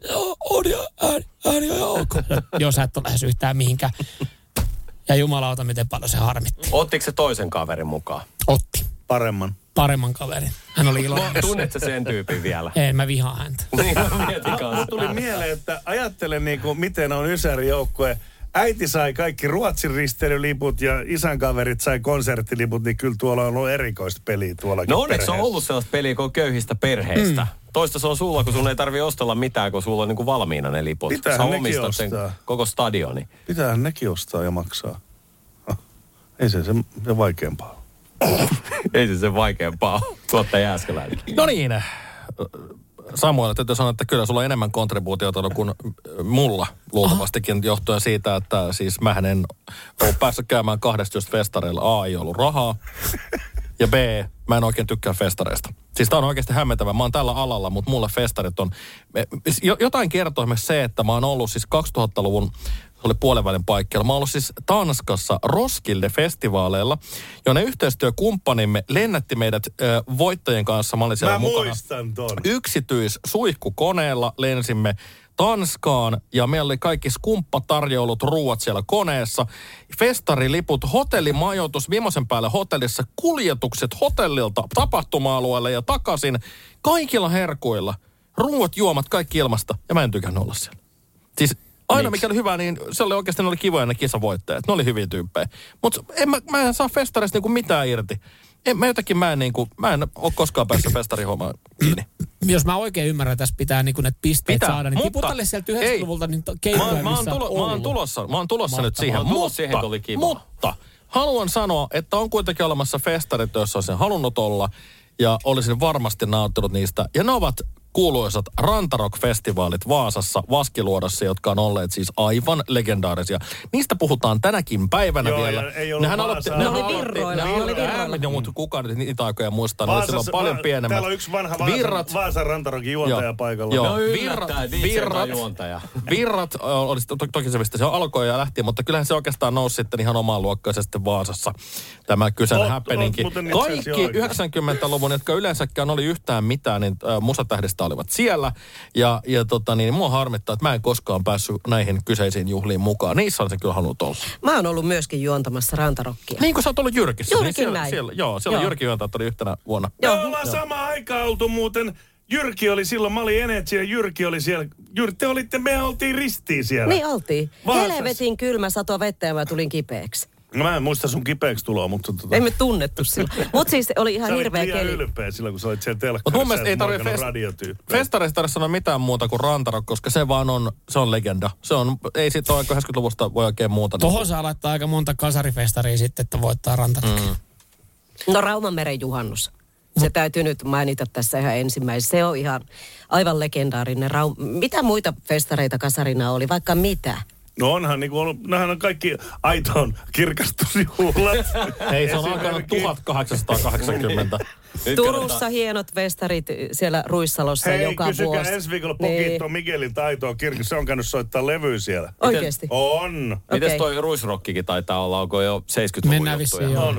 Ääni on ok. Joo, sä et ole lähes yhtään mihinkään. Ja jumalauta, miten paljon se harmitti. Ottiko se toisen kaverin mukaan? Otti. Paremman kaverin. Hän oli iloinen. Tunnetko sen tyypin vielä? Ei, mä vihaan häntä. Tuli mieleen, että ajattelen miten on Ysäri-joukkue. Äiti sai kaikki Ruotsin risteilyliput ja isän kaverit sai konserttiliput, niin kyllä tuolla on ollut erikoista peliä tuollakin No onneksi on ollut sellaista peliä, kun on köyhistä perheistä. Toista se on sulla, kun sun ei tarvitse ostella mitään, kun sulla on niin kuin valmiina ne liput. Pitäähän nekin ostaa. Sen koko stadioni. Pitäähän nekin ostaa ja maksaa. Ei se vaikeampaa. Ei se vaikeampaa. Tuottaja Jääskeläinen. No niin. Samuel, täytyy sanoa, että kyllä sulla on enemmän kontribuutiota kuin mulla luultavastikin johtuen siitä, että siis mähän en ole päässyt käymään 2 festareilla. A, ei ollut rahaa ja B, mä en oikein tykkää festareista. Siis tää on oikeasti hämmentävä. Mä oon tällä alalla, mutta mulle festarit on... Jotain kertoo esimerkiksi se, että mä oon ollut siis 2000-luvun oli puolenvälin paikkeilla. Mä oon ollut siis Tanskassa Roskilde-festivaaleilla, jonne yhteistyökumppanimme lennätti meidät voittajien kanssa. Mä olin siellä mukana. Muistan ton. Yksityissuihkukoneella lensimme Tanskaan ja meillä oli kaikki skumppatarjoulut, ruuat siellä koneessa, festariliput, hotellimajoitus, viimeisen päälle hotellissa, kuljetukset hotellilta tapahtuma-alueelle ja takaisin, kaikilla herkuilla, ruuat, juomat, kaikki ilmasta ja mä en tykännyt olla siellä. Siis aina mikä oli hyvä, niin se oli oikeasti, ne oli kivoja ne kisavoittajat, ne oli hyviä tyyppejä. Mutta mä en saa festarista niinku mitään irti. Mä en ole koskaan päässyt festarihommaan kiinni. Jos mä oikein ymmärrän, tässä pitää niinku ne pisteet saada, niin tiputalle sieltä 90-luvulta niin keikkoja, missä on ollut. Mä oon tulossa nyt siihen, siihen tuli kiva. Mutta haluan sanoa, että on kuitenkin olemassa festarit, joissa olisin halunnut olla ja olisin varmasti nauttinut niistä. Ja ne ovat kuuluisat Rantarock-festivaalit Vaasassa, Vaskiluodossa, jotka on olleet siis aivan legendaarisia. Niistä puhutaan tänäkin päivänä vielä. Ei ollut Vaasaa. Ne oli virroilla. Mutta kukaan nyt niitä aikoja muistaa. Ne oli silloin paljon pienemmät. Täällä on yksi vanha Vaasan Rantarockin juontaja paikalla. Joo, virrat olisi toki se, mistä se alkoi ja lähti, mutta kyllähän se oikeastaan nousi sitten ihan omaan luokkaansa sitten Vaasassa. Tämä kyseinen happeningi. Kaikki 90-luvun, jotka yleensäkään oli yhtään mitään, niin musatähdistä olivat siellä. Ja mua harmittaa, että mä en koskaan päässyt näihin kyseisiin juhliin mukaan. Niissä on se kyllä halunnut olla. Mä oon ollut myöskin juontamassa Rantarockia. Niin kuin sä oot ollut Jyrkissä. Juurikin näin. Siellä Jyrki juontajat oli yhtenä vuonna. Me ollaan samaan aikaan oltu muuten. Jyrki oli silloin, mä olin Energy ja Jyrki oli siellä. Me oltiin ristiin siellä. Niin oltiin. Helvetin kylmä sato vettä ja mä tulin kipeäksi. No mä en muista sun kipeäksi tuloa, mutta Emme tunnettu silloin. Mutta siis oli ihan hirveä keli. Sä olit liian ylpeä silloin, kun sä olit siellä telkkarissa. Mutta mun mielestä ei tarvitse festareista sanoa mitään muuta kuin Rantarock, koska se vaan on legenda. Ei siitä ole 80-luvusta voi oikein muuta. Tohon saa laittaa aika monta kasarifestaria sitten, että voittaa Rantarock. No Raumanmeren juhannus. Se täytyy nyt mainita tässä ihan ensimmäisenä. Se on ihan aivan legendaarinen. Mitä muita festareita kasarina oli? Vaikka mitä? No onhan niinku ollut, nämähän on kaikki Aiton kirkastusjuhlat. Ei, se on alkanut 1880. Turussa hienot festarit siellä Ruissalossa joka vuosi. Hei, kysykää ensi viikolla Pokitto Miguelin taitoa kirkassa. Se on käynyt soittaa levyä siellä. Oikeesti? On. Mites toi Ruisrockikin taitaa olla? Onko jo 70-luvun juttuja? On.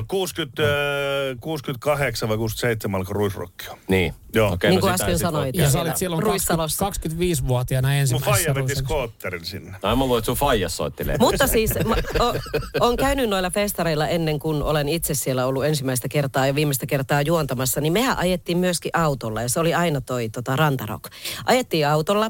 68 vai 67 alkoi Ruisrockia. Niin. Joo. Okay, niin kuin äsken sanoit. Ja sä olit silloin 25-vuotiaana ensimmäisessä. Mun faija veti skootterin sinne. Tai mä luulen, että sun faijas soitti lehtissä. Mutta siis on käynyt noilla festareilla ennen kuin olen itse siellä ollut ensimmäistä kertaa ja viimeistä kertaa juontamassa, niin mehän ajettiin myöskin autolla ja se oli aina toi Rantarock. Ajettiin autolla,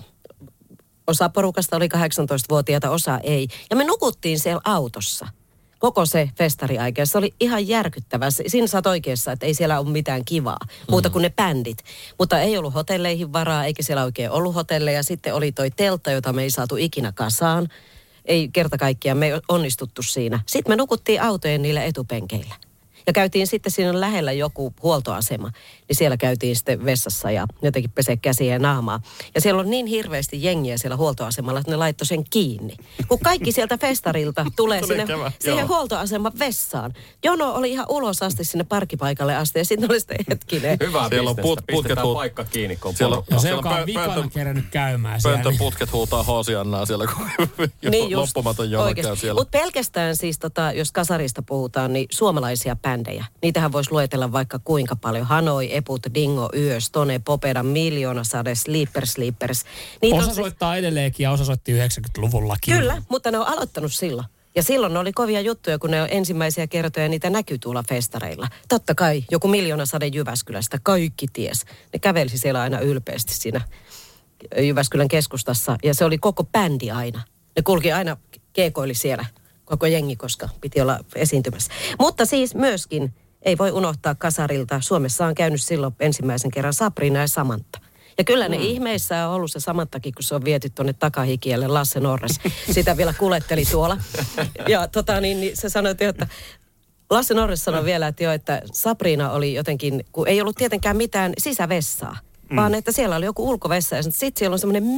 osa porukasta oli 18-vuotiaita, osa ei. Ja me nukuttiin siellä autossa koko se festariaika. Se oli ihan järkyttävää. Siinä sä oot oikeassa, että ei siellä ole mitään kivaa, muuta kuin ne bändit. Mutta ei ollut hotelleihin varaa, eikä siellä oikein ollut hotelleja. Sitten oli toi teltta, jota me ei saatu ikinä kasaan. Ei kerta kaikkiaan, me ei onnistuttu siinä. Sitten me nukuttiin autojen niillä etupenkeillä. Ja käytiin sitten siinä lähellä joku huoltoasema, niin siellä käytiin sitten vessassa ja jotenkin pesee käsiä ja naamaa. Ja siellä on niin hirveästi jengiä siellä huoltoasemalla, että ne laittoi sen kiinni. Kun kaikki sieltä festarilta tulee siihen huoltoaseman vessaan. Jono oli ihan ulos asti sinne parkkipaikalle asti ja sitten oli sitten hetkinen. Hyvä bisnestä, pistetään paikka kiinni, kun on se, joka on vikana kerännyt käymään siellä. Pöntönputket huutaa Hoosiannaa siellä, kun niin loppumaton jono käy siellä. Mutta pelkästään siis, jos kasarista puhutaan, niin suomalaisia bändejä. Niitähän voisi luetella vaikka kuinka paljon. Hanoi, Eput, Dingo, Yö, Stone, Popeda, Miljoonasade, Sleepers. Osa soittaa edelleenkin ja osa soitti 90-luvullakin. Kyllä, mutta ne on aloittanut silloin. Ja silloin ne oli kovia juttuja, kun ne on ensimmäisiä kertoja, niitä näkyy tuolla festareilla. Totta kai, joku Miljoonasade Jyväskylästä, kaikki ties. Ne kävelsi siellä aina ylpeästi siinä Jyväskylän keskustassa. Ja se oli koko bändi aina. Ne kulki aina, keekoili siellä. Koko jengi, koska piti olla esiintymässä. Mutta siis myöskin ei voi unohtaa kasarilta. Suomessa on käynyt silloin ensimmäisen kerran Sabrina ja Samantha. Ja kyllä ne ihmeissä on ollut se Samantakin, kun se on viety tuonne Takahikielle. Lasse Norres sitä vielä kuletteli tuolla. Ja niin se sanoi, että Lasse Norres sanoi vielä, että Sabrina oli jotenkin, kun ei ollut tietenkään mitään sisävessaa. Vaan että siellä oli joku ulkovessa ja sitten siellä on semmoinen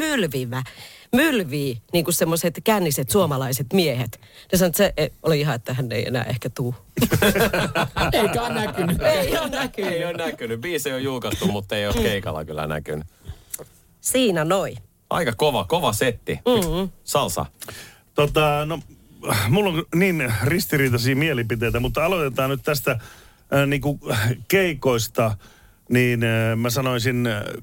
mylvii niin kuin semmoiset känniset suomalaiset miehet. Ja sanoin, että se oli ihan, että hän ei enää ehkä tuu. Eikä ole näkynyt. Ei ole näkynyt. Biisi on julkaistu, mutta ei ole keikalla kyllä näkynyt. Siinä noi. Aika kova setti. Salsa. No, mulla on niin ristiriitaisia mielipiteitä, mutta aloitetaan nyt tästä niinku keikoista. Niin mä sanoisin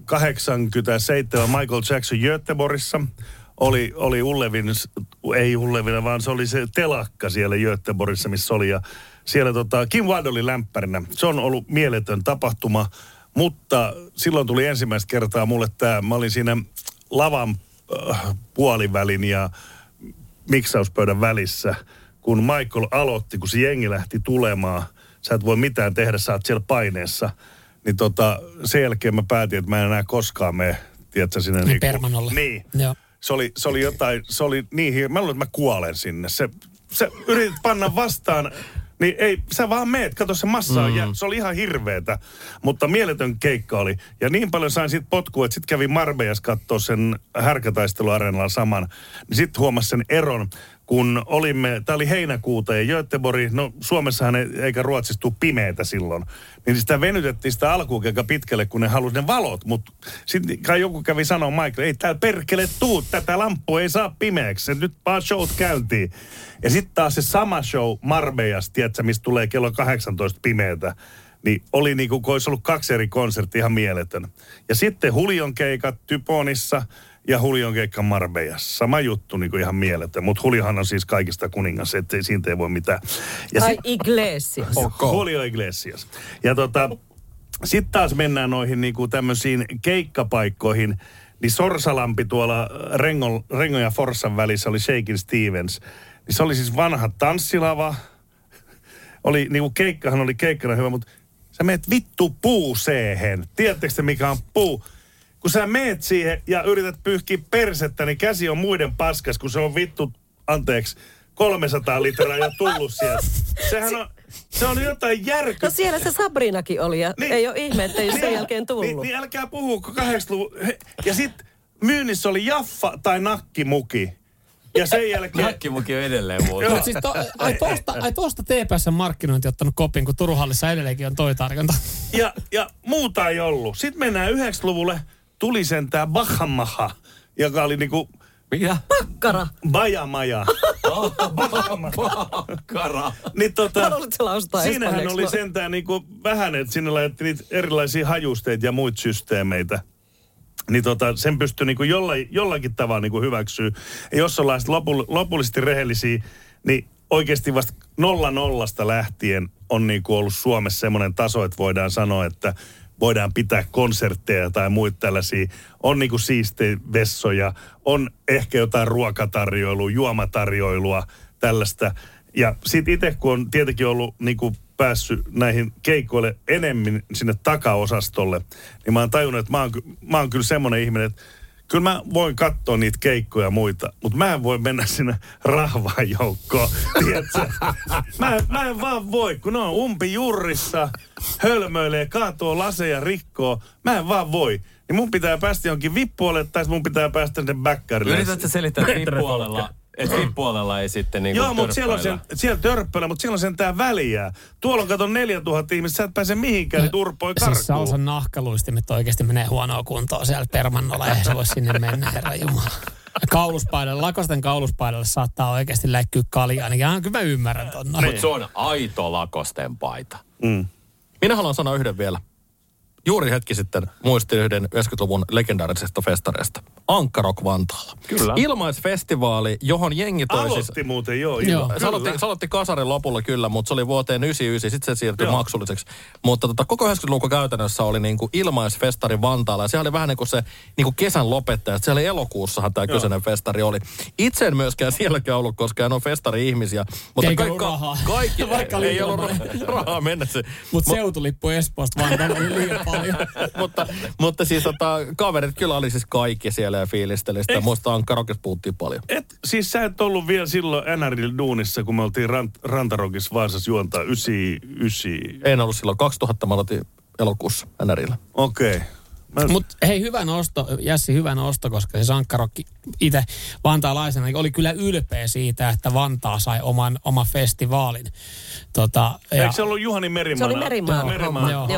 87 Michael Jackson Göteborgissa oli ei Ullevina, vaan se oli se telakka siellä Göteborgissa, missä oli. Ja siellä Kim Wilde oli lämpärinä. Se on ollut mieletön tapahtuma, mutta silloin tuli ensimmäistä kertaa mulle mä olin siinä lavan puolivälin ja miksauspöydän välissä, kun Michael aloitti, kun se jengi lähti tulemaan. Sä et voi mitään tehdä, sä oot siellä paineessa. Niin sen jälkeen mä päätin, että mä en enää koskaan mene, tiedätkö, sinne niin Permanolle. Niin. Joo. Se oli jotain, se oli niin mä luulen, että mä kuolen sinne. Se yritit panna vastaan Niin ei, sä vaan meet, kato se massa on, se oli ihan hirveetä, mutta mieletön keikka oli. Ja niin paljon sain siitä potkua, että sit kävin Marbellas kattoo sen härkätaisteluareenalla saman. Niin sit huomasin sen eron, kun tää oli heinäkuuta ja Göteborg, no Suomessahan eikä Ruotsissa tule pimeätä silloin. Niin sitä venytettiin sitä alkuun aika pitkälle, kun ne halusi ne valot. Mutta sitten kai joku kävi sanoa Michael, ei täällä perkele tuu, tätä lampua ei saa pimeäksi, nyt vaan showt käyntiin. Ja sitten taas se sama show Marbellas, tiedätkö, mistä tulee kello 18 pimeätä. Niin oli niin kuin olisi ollut 2 eri konserttia, ihan mieletön. Ja sitten Julion keikat Typonissa ja Julion keikka Marbellas. Sama juttu niin kuin ihan mieletön. Mutta Juliohan on siis kaikista kuningas, ettei siitä ei voi mitään. Tai Iglesias. Julio Iglesias. Ja sitten taas mennään noihin niin kuin tämmöisiin keikkapaikkoihin. Niin Sorsalampi tuolla Rengon ja Forssan välissä oli Shakin Stevens. Niin se oli siis vanha tanssilava. Oli niinku keikkahan oli keikkana hyvä, mutta sä meet vittu puuseehen. Tiedättekö te mikä on puu? Kun sä meet siihen ja yrität pyyhkiä persettä, niin käsi on muiden paskas, kun se on vittu, 300 litraa jo tullut sieltä. Se on jotain järkyttävää. No siellä se Sabrinakin oli ja niin, ei ole ihme, että ei sen jälkeen tullut. Niin älkää puhuko 80-luvun. Ja sit myynnissä oli Jaffa tai Nakkimuki. Ja sen jälkeen... Nakkimuki on edelleen muuta. Mutta siis tuosta TPS:n markkinointi ottanut kopin, kun Turun hallissa edelleenkin on toi tarjonta. Ja muuta ei ollut. Sitten mennään 90-luvulle, tuli sentään Bahamaha, joka oli niinku... Mikä? Pakkara. Bajamaja. Pakkara. Niin siinähän oli sentään niinku vähän, että sinne laitettiin niitä erilaisia hajusteita ja muita systeemeitä. Niin sen pystyy niinku jollakin tavalla niinku hyväksyä. Ja jos ollaan lopullisesti rehellisiä, niin oikeasti vasta 0-0 lähtien on niinku ollut Suomessa semmoinen taso, että voidaan sanoa, että voidaan pitää konsertteja tai muita tällaisia. On niinku siistejä vessoja, on ehkä jotain ruokatarjoilua, juomatarjoilua, tällaista. Ja sit itse, kun on tietenkin ollut niinku päässyt näihin keikoille enemmän sinne takaosastolle, niin mä oon tajunnut, että mä oon kyllä semmoinen ihminen, että kyllä mä voin katsoa niitä keikkoja ja muita, mutta mä en voi mennä sinne rahvaan joukkoon, tiedätkö? Mä en vaan voi, kun ne on umpijurrissa, hölmöilee, kaatoo laseja, rikkoo. Mä en vaan voi. Niin mun pitää päästä johonkin VIP-puolelle tai mun pitää päästä sinne backarille. Yritätkö selittää VIP-puolella? Että VIP-puolella ei sitten niinku joo, mutta siellä törppöillä, mutta siellä on sentään väliä. Tuolla on kato 4000 ihmistä, sä et pääse mihinkään, niin turpoi karkuun. Siis Salsan nahkaluistimet oikeasti menee huonoa kuntoon siellä Permannolla, eihän se voi sinne mennä, herra jumala. Lakosten kauluspaidalle saattaa oikeasti läikkyä kaljaa, niin kyllä mä ymmärrän ton. Mutta se on aito Lakosten paita. Minä haluan sanoa yhden vielä. Juuri hetki sitten muistin yhden 90-luvun legendaarisesta festareista. Ankka Rock Vantaalla. Kyllä. Ilmaisfestivaali, johon jengi toi aloitti muuten, joo. Se aloitti kasarin lopulla kyllä, mutta se oli vuoteen 99, sitten se siirtyi maksulliseksi. Mutta koko 90-luvun käytännössä oli niinku ilmaisfestari Vantaalla. Ja se oli vähän niin kuin se niinku kesän lopettaja. Siellä elokuussahan tämä kyseinen festari oli. Itse en myöskään sielläkään ollut, koska en ole festari-ihmisiä. Mutta eikä ollut rahaa. Kaikki ei ollut rahaa mennä se. Mutta seutulippu Espoosta Vantaalla oli liian paljon. mutta siis kaverit kyllä oli siis kaikki siellä ja fiilisteli sitä. Muista Ankka Rockissa puhuttiin paljon. Siis sä et ollut vielä silloin NR:llä duunissa, kun me oltiin Rantarokissa Vaasassa juontaa 99. En ollut silloin. 2000 mä aloitin elokuussa NR:llä. Okei. Mutta hei, hyvä nosto, Jässi, hyvä nosto, koska se Ankka Rock itse vantaalaisena oli kyllä ylpeä siitä, että Vantaa sai oman festivaalin. Eikö se ollut Juhani Merimaa? Se oli Merimaa. Joo.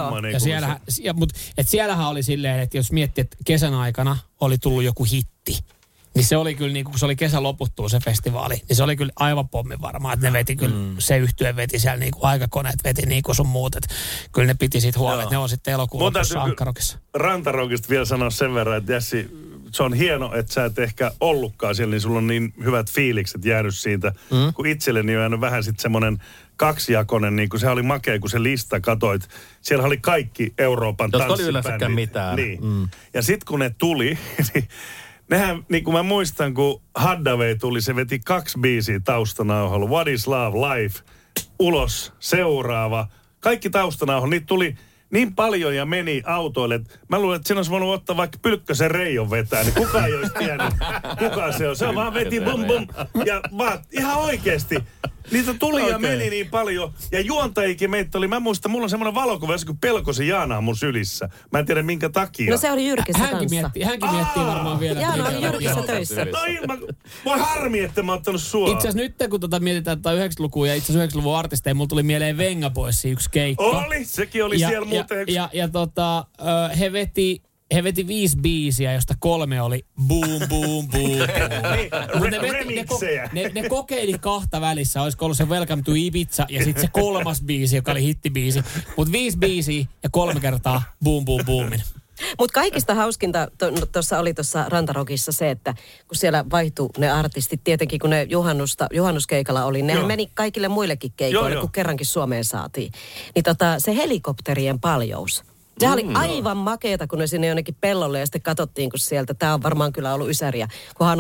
Ja siellähän oli silleen, että jos miettii, että kesän aikana oli tullut joku hitti, niin se oli kyllä, niin kun se oli kesän loputtua se festivaali, niin se oli kyllä aivan pommin varmaa, että ne veti kyllä, se yhtye veti siellä niin kuin aikakoneet veti niin kuin sun muut, että kyllä ne piti siitä huolta, että ne on sitten elokuun lopussa Ankka Rockissa. Rantarokista vielä sanoa sen verran, että Jässi, se on hieno, että sä et ehkä ollutkaan siellä, niin sulla on niin hyvät fiilikset jäänyt siitä, kun itselleni on jäänyt vähän sitten semmoinen kaksijakoinen, niin kuin se oli makea, kun se lista katoit. Siellä oli kaikki Euroopan tanssibändit. Jotka oli yleensäkään mitään. Niin. Ja sitten kun ne tuli, niin nehän, niin kuin mä muistan, kun Haddaway tuli, se veti 2 biisiä taustanauhalla. What is Love, Life, ulos, seuraava. Kaikki taustanauhalla, niitä tuli niin paljon ja meni autoille. Mä luulen, että siinä olisi voinut ottaa vaikka Pylkkösen Reijon vetää, niin kukaan ei olisi tiennyt, kuka se on. Se vaan veti bum bum ja vaan ihan oikeasti. Niitä tuli ja meni niin paljon. Ja juontajikin meitä oli. Mä muistan, mulla on semmoinen valokuva, kun Pelkosen Jaana on mun sylissä. Mä en tiedä minkä takia. No se oli Jyrkissä kanssa. Hänkin miettii varmaan vielä. Jaana oli Jyrkissä töissä. Voi harmi, että mä oon ottanut sua. Itse asiassa nyt kun mietitään 90-lukua ja itse asiassa 90-luvun artisteja, mulla tuli mieleen Venga Boysin yksi keikka. Oli, sekin oli siellä muuten. He veti 5 biisiä, josta 3 oli boom, boom, boom. Ne kokeili 2 välissä. Olisiko ollut se Welcome to Ibiza ja sitten se 3. biisi, joka oli hittibiisi. Mutta 5 biisiä ja 3 kertaa boom, boom, boomin. Mutta kaikista hauskinta oli tuossa Rantarokissa se, että kun siellä vaihtui ne artistit, tietenkin kun ne juhannuskeikalla oli, ne meni kaikille muillekin keikoille, kun kerrankin Suomeen saatiin. Niin se helikopterien paljous. Se oli aivan makeeta, kun ne sinne jonnekin pellolle ja sitten katsottiin, kun sieltä, tämä on varmaan kyllä ollut ysäriä,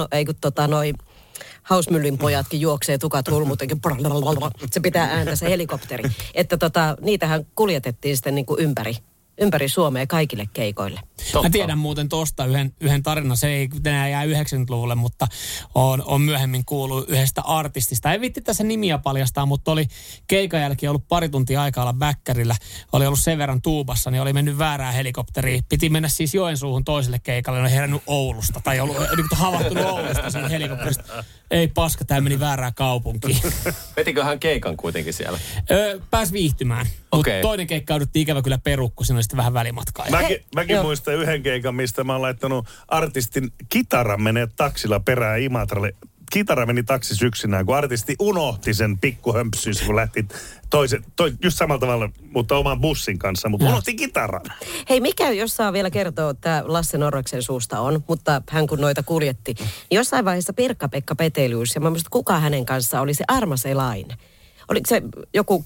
noi Hausmyllin pojatkin juoksee tukat hulmutenkin, se pitää ääntää se helikopteri. Että niitähän kuljetettiin sitten niin kuin ympäri Suomea kaikille keikoille. Mä tiedän muuten tosta yhden tarinan, se ei enää jää 90-luvulle, mutta on myöhemmin kuullut yhdestä artistista. Ei vitti tässä nimiä paljastaa, mutta oli keikan jälkeen ollut pari tuntia aikaa olla bäkkärillä. Oli ollut sen verran tuubassa, niin oli mennyt väärään helikopteriin. Piti mennä siis Joensuuhun toiselle keikalle, oli herännyt Oulusta tai ollut havahtunut Oulusta siinä helikopterista. Ei paska, tämä meni väärään kaupunkiin. Vetikö hän keikan kuitenkin siellä? Pääsi viihtymään. Mutta toinen keikka jouduttiin ikävä kyllä perukku, siinä oli sitten vähän välimatkaa. Mäkin muistan yhden keikan, mistä mä oon laittanut artistin kitara menee taksilla perään Imatralle. Kitara meni taksissa yksinään, kun artisti unohti sen pikkuhömpsyys, kun lähti just samalla tavalla, mutta oman bussin kanssa, mutta unohti kitaran. Hei, mikä, jos saa vielä kertoa, että Lasse Norreksen suusta on, mutta hän kun noita kuljetti, niin jossain vaiheessa Pirkka-Pekka Petelius, ja mä muistan, kuka hänen kanssaan oli se Armas Elaine. Oliko se joku,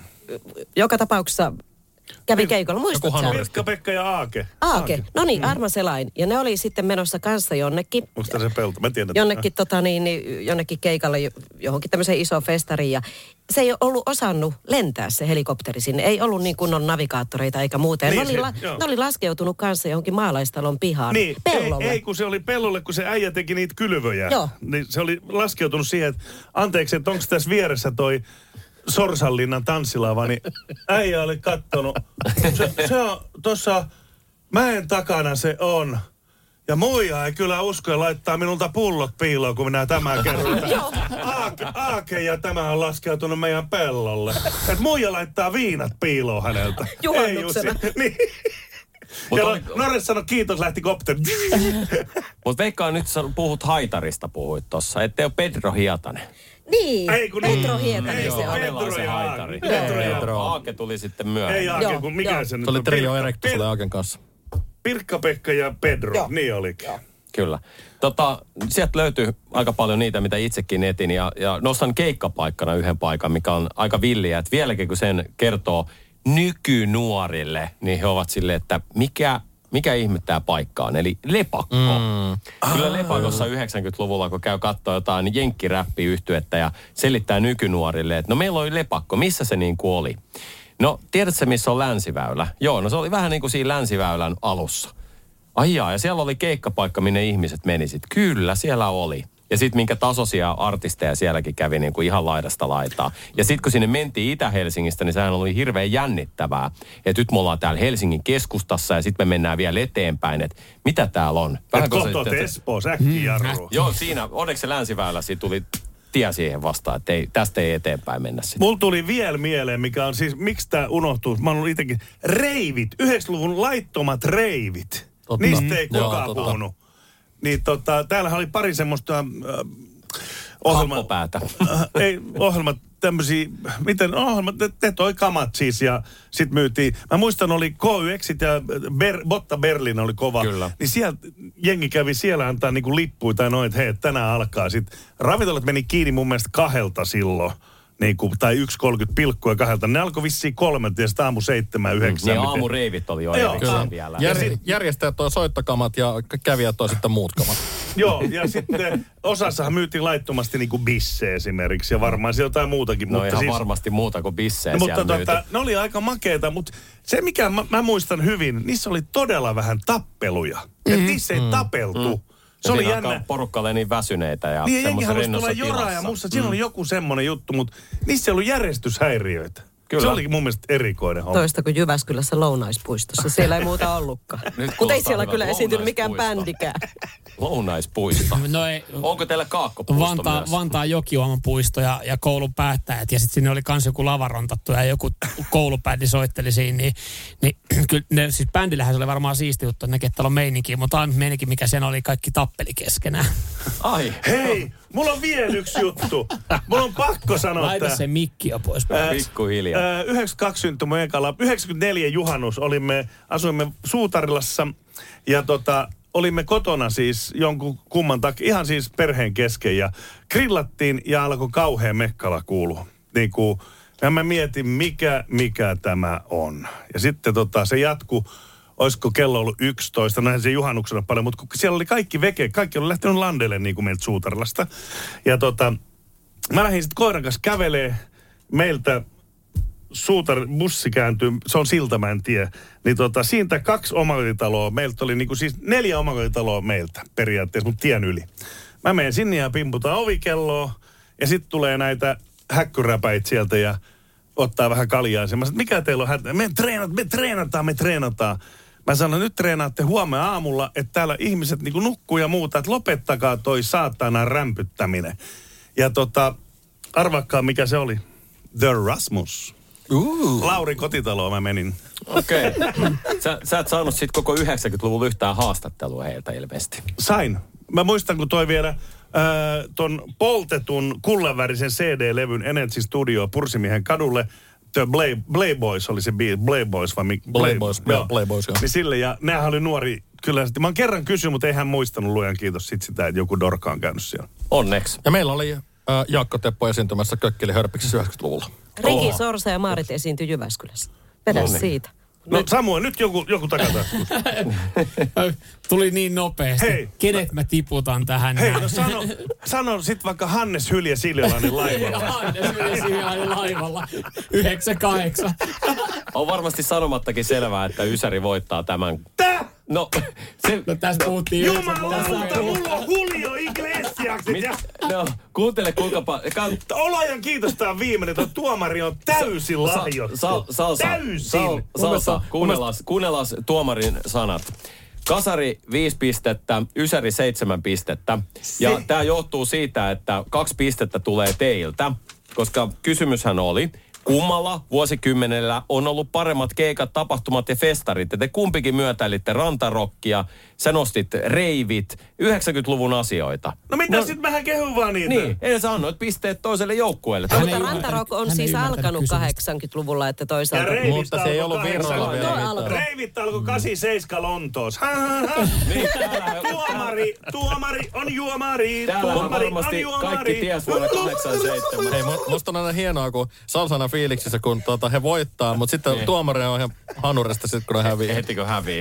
joka tapauksessa kävi keikolla, muistatko? Pirkka-Pekka ja Aake. No niin, Armas Elaine. Ja ne oli sitten menossa kanssa jonnekin. Musta se pelto, mä tiedän. Jonnekin keikalle, johonkin tämmöiseen isoon festariin. Ja se ei ollut osannut lentää se helikopteri sinne. Ei ollut niin kunnon navigaattoreita eikä muuta. Ja niin, ne oli laskeutunut kanssa johonkin maalaistalon pihaan. Niin, pellolle. Ei, kun se oli pellolle, kun se äijä teki niitä kylvöjä. Joo. Niin se oli laskeutunut siihen, että anteeksi, että onko tässä vieressä toi Sorsanlinnan tanssilava, niin äijä oli kattonut. Se on tuossa mäen takana se on. Ja muija ei kyllä usko ja laittaa minulta pullot piiloon, kun minä tämän kerron. Aake ja tämä on laskeutunut meidän pellolle. Et muija laittaa viinat piiloon häneltä. Juhannuksena. Niin. Ja Norre sanoi kiitos, lähti kopteri. Mutta Veikka, nyt sä puhut haitarista, puhuit tossa. Ettei ole Pedro Hietanen. Niin, Petro Hietanen se on. Petro ja haitari. Aake tuli sitten myöhemmin. Ei Aake, kun mikä se nyt on? Se oli Trio Erectus oli Aaken kanssa. Pirkka-Pekka ja Pedro, niin olikin. Kyllä. Sieltä löytyy aika paljon niitä, mitä itsekin etin. Ja nostan keikkapaikkana yhden paikan, mikä on aika villiä. Että vieläkin kun sen kertoo nykynuorille, niin he ovat silleen, että mikä ihme tämä paikka on, eli Lepakko. Kyllä Lepakossa 90-luvulla, kun käy katsoa jotain jenkkiräppiyhtyettä ja selittää nykynuorille, että no meillä oli Lepakko, missä se niin kuin oli? No, tiedätkö missä on Länsiväylä? Joo, no se oli vähän niin kuin siinä Länsiväylän alussa. Ai jaa, ja siellä oli keikkapaikka, minne ihmiset meni sitten. Kyllä, siellä oli. Ja sitten minkä tasoisia artisteja sielläkin kävi niin kuin ihan laidasta laitaa. Ja sitten kun sinne mentiin Itä-Helsingistä, niin sehän oli hirveän jännittävää. Että nyt me ollaan täällä Helsingin keskustassa ja sitten me mennään vielä eteenpäin, että mitä täällä on. Kohta Espoo, säkkijarru. Joo, siinä, onneksi se Länsiväylä, siinä tuli tie siihen vastaan, että tästä ei eteenpäin mennä sitten. Mulla tuli vielä mieleen, mikä on siis, miksi tämä unohtuu? Mä oon itsekin, reivit, 90-luvun laittomat reivit. Totta. Niistä ei kukaan puhunut. Niin täällähän oli pari semmoista Happopäätä. ohjelmat tämmöisiä, te toi kamat siis ja sit myytiin. Mä muistan oli KYXit ja Botta Berlin oli kova. Kyllä. Niin sieltä jengi kävi siellä antaa niinku lippuja tai noin, että hei, tänään alkaa. Sitten ravintolat meni kiinni mun mielestä 2 silloin. Niinku, tai 1.30 pilkkua 2. Ne alkoi vissiin 3 ja sitten aamu 7, 9. Niin aamureivit oli jo erikseen vielä. Järjestäjät toi soittokamat ja kävijät toi sitten muut kamat. Joo, ja sitten osassahan myytiin laittomasti niinku bisse esimerkiksi ja varmaan siellä jotain muutakin. No mutta ihan siis varmasti muuta kuin bissejä siellä myyty. Ne oli aika makeita, mutta se mikä mä muistan hyvin, niissä oli todella vähän tappeluja. Että niissä ei tapeltu. Se oli jännä. Porukkalle niin väsyneitä ja niin, semmoisen rennossa tilassa. Joraa ja musta siinä oli joku semmoinen juttu, mutta niissä ei ollut järjestyshäiriöitä. Kyllä. Se oli mun mielestä erikoinen homma. Toista kuin Jyväskylässä Lounaispuistossa. Siellä ei muuta ollutkaan. Mutta ei siellä kyllä esiintynyt mikään bändikään. Lounaispuisto. No ei, onko teillä kaakkopuisto myös? Vantaan Jokiuoman puisto ja koulun päättäjät. Ja sitten sinne oli kans joku lavarontattu ja joku koulubändi soitteli siinä. Niin kyllä ne, siis bändillähän se oli varmaan siisti juttu, että näkee, että täällä on meininkiä. Mutta aina meininki, mikä sen oli, kaikki tappeli keskenään. Ai. Hei, mulla on vielä yksi juttu. Mulla on pakko sanoa laita se mikki jo pois. Pikkuhiljaa. 92 syntymä ekalla. 94 juhannus asuimme Suutarilassa ja olimme kotona siis jonkun kumman takia, ihan siis perheen kesken ja grillattiin ja alkoi kauhea mekkala kuulua. Niin kuin, ja mä mietin, mikä tämä on. Ja sitten se jatkui, olisiko kello ollut 11, näin se juhannuksena paljon, mutta kun siellä oli kaikki kaikki oli lähtenyt landelle niin kuin meiltä Suutarilasta. Ja mä lähdin sitten koiran kanssa kävelee meiltä bussi kääntyy, se on Siltamäen tie, niin siitä 2 omakotitaloa, meiltä oli niinku siis 4 omakotitaloa meiltä periaatteessa, mutta tien yli. Mä menen sinne ja pimputaan ovikelloa, ja sitten tulee näitä häkkyräpäitä sieltä ja ottaa vähän kaljaa. Mä sanoin, mikä teillä on hätä? Me treenataan. Mä sanon, nyt treenaatte huomenna aamulla, että täällä ihmiset niinku nukkuu ja muuta, että lopettakaa toi saatana rämpyttäminen. Ja arvakkaa mikä se oli. The Rasmus. Lauri kotitaloon mä menin. Okei. Sä et saanut sit koko 90-luvulla yhtään haastattelua heiltä ilmeisesti. Sain. Mä muistan, kun toi vielä ton poltetun kullanvärisen CD-levyn Energy Studio Pursimiehen kadulle. The Playboys oli se biisi. Playboys vai Playboys, joo. Niin sille, ja nehän oli nuori. Kyllä, mä oon kerran kysynyt, mutta ei hän muistanut, luojan kiitos sitä, että joku dorka on käynyt siellä. Onneksi. Ja meillä oli Jaakko Teppo esiintymässä Kökkeli Hörpiksessä 90-luvulla. Riki Sorsa ja Maarit esiintyi Jyväskylässä. Vedä siitä. No Samuel, nyt joku takataskusta. Tuli niin nopeasti. Hei. Kenet mä tiputan tähän? Hei, no sano sit vaikka Hannes Hylje Siljolainen laivalla. Hannes Hylje Siljolainen laivalla. 98. On varmasti sanomattakin selvää, että Ysäri voittaa tämän. Tää? No tässä puhuttiin. Jumalauta, mulla on Julio Iglesiakset. No, kuuntele kuinka paljon. Olajan kiitos, tää on viimeinen. Tuo tuomari on täysin lahjottu. Salsa, kuunnellaan tuomarin sanat. Kasari 5 pistettä, Ysäri 7 pistettä. Ja tää johtuu siitä, että 2 pistettä tulee teiltä, koska kysymyshän oli, kummalla vuosikymmenellä on ollut paremmat keikat, tapahtumat ja festarit. Ja te kumpikin myötäilitte rantarokkia, sä nostit reivit, 90-luvun asioita. No mitä sit mähän kehun vaan niitä? Niin, eli sä annoit pisteet toiselle joukkueelle. Mutta rantarok on siis alkanut 80-luvulla, että toisaalta. Mutta se ei ollut virralla vielä mitään. Reivit alkoi 87 Lontoossa. Niin, tuomari on juomari. Täällä varmasti kaikki ties vuonna 87. Hei, musta on aina hienoa, kun Salsana fiiliksissä, kun he voittaa, mutta sitten tuomari on ihan hanurista sitten, kun ne hävii. Heti kun hävii.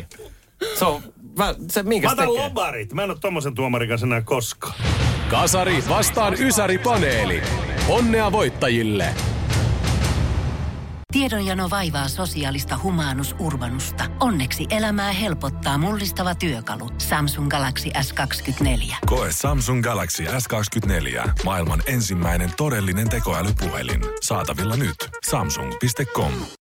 Se minkä mä otan lobarit. Mä en ole tommosen tuomarin kanssa enää koskaan. Kasari vastaan Ysäri-paneeli. Onnea voittajille! Tiedonjano vaivaa sosiaalista humanus urbanusta. Onneksi elämää helpottaa mullistava työkalu. Samsung Galaxy S24. Koe Samsung Galaxy S24. Maailman ensimmäinen todellinen tekoälypuhelin. Saatavilla nyt. Samsung.com.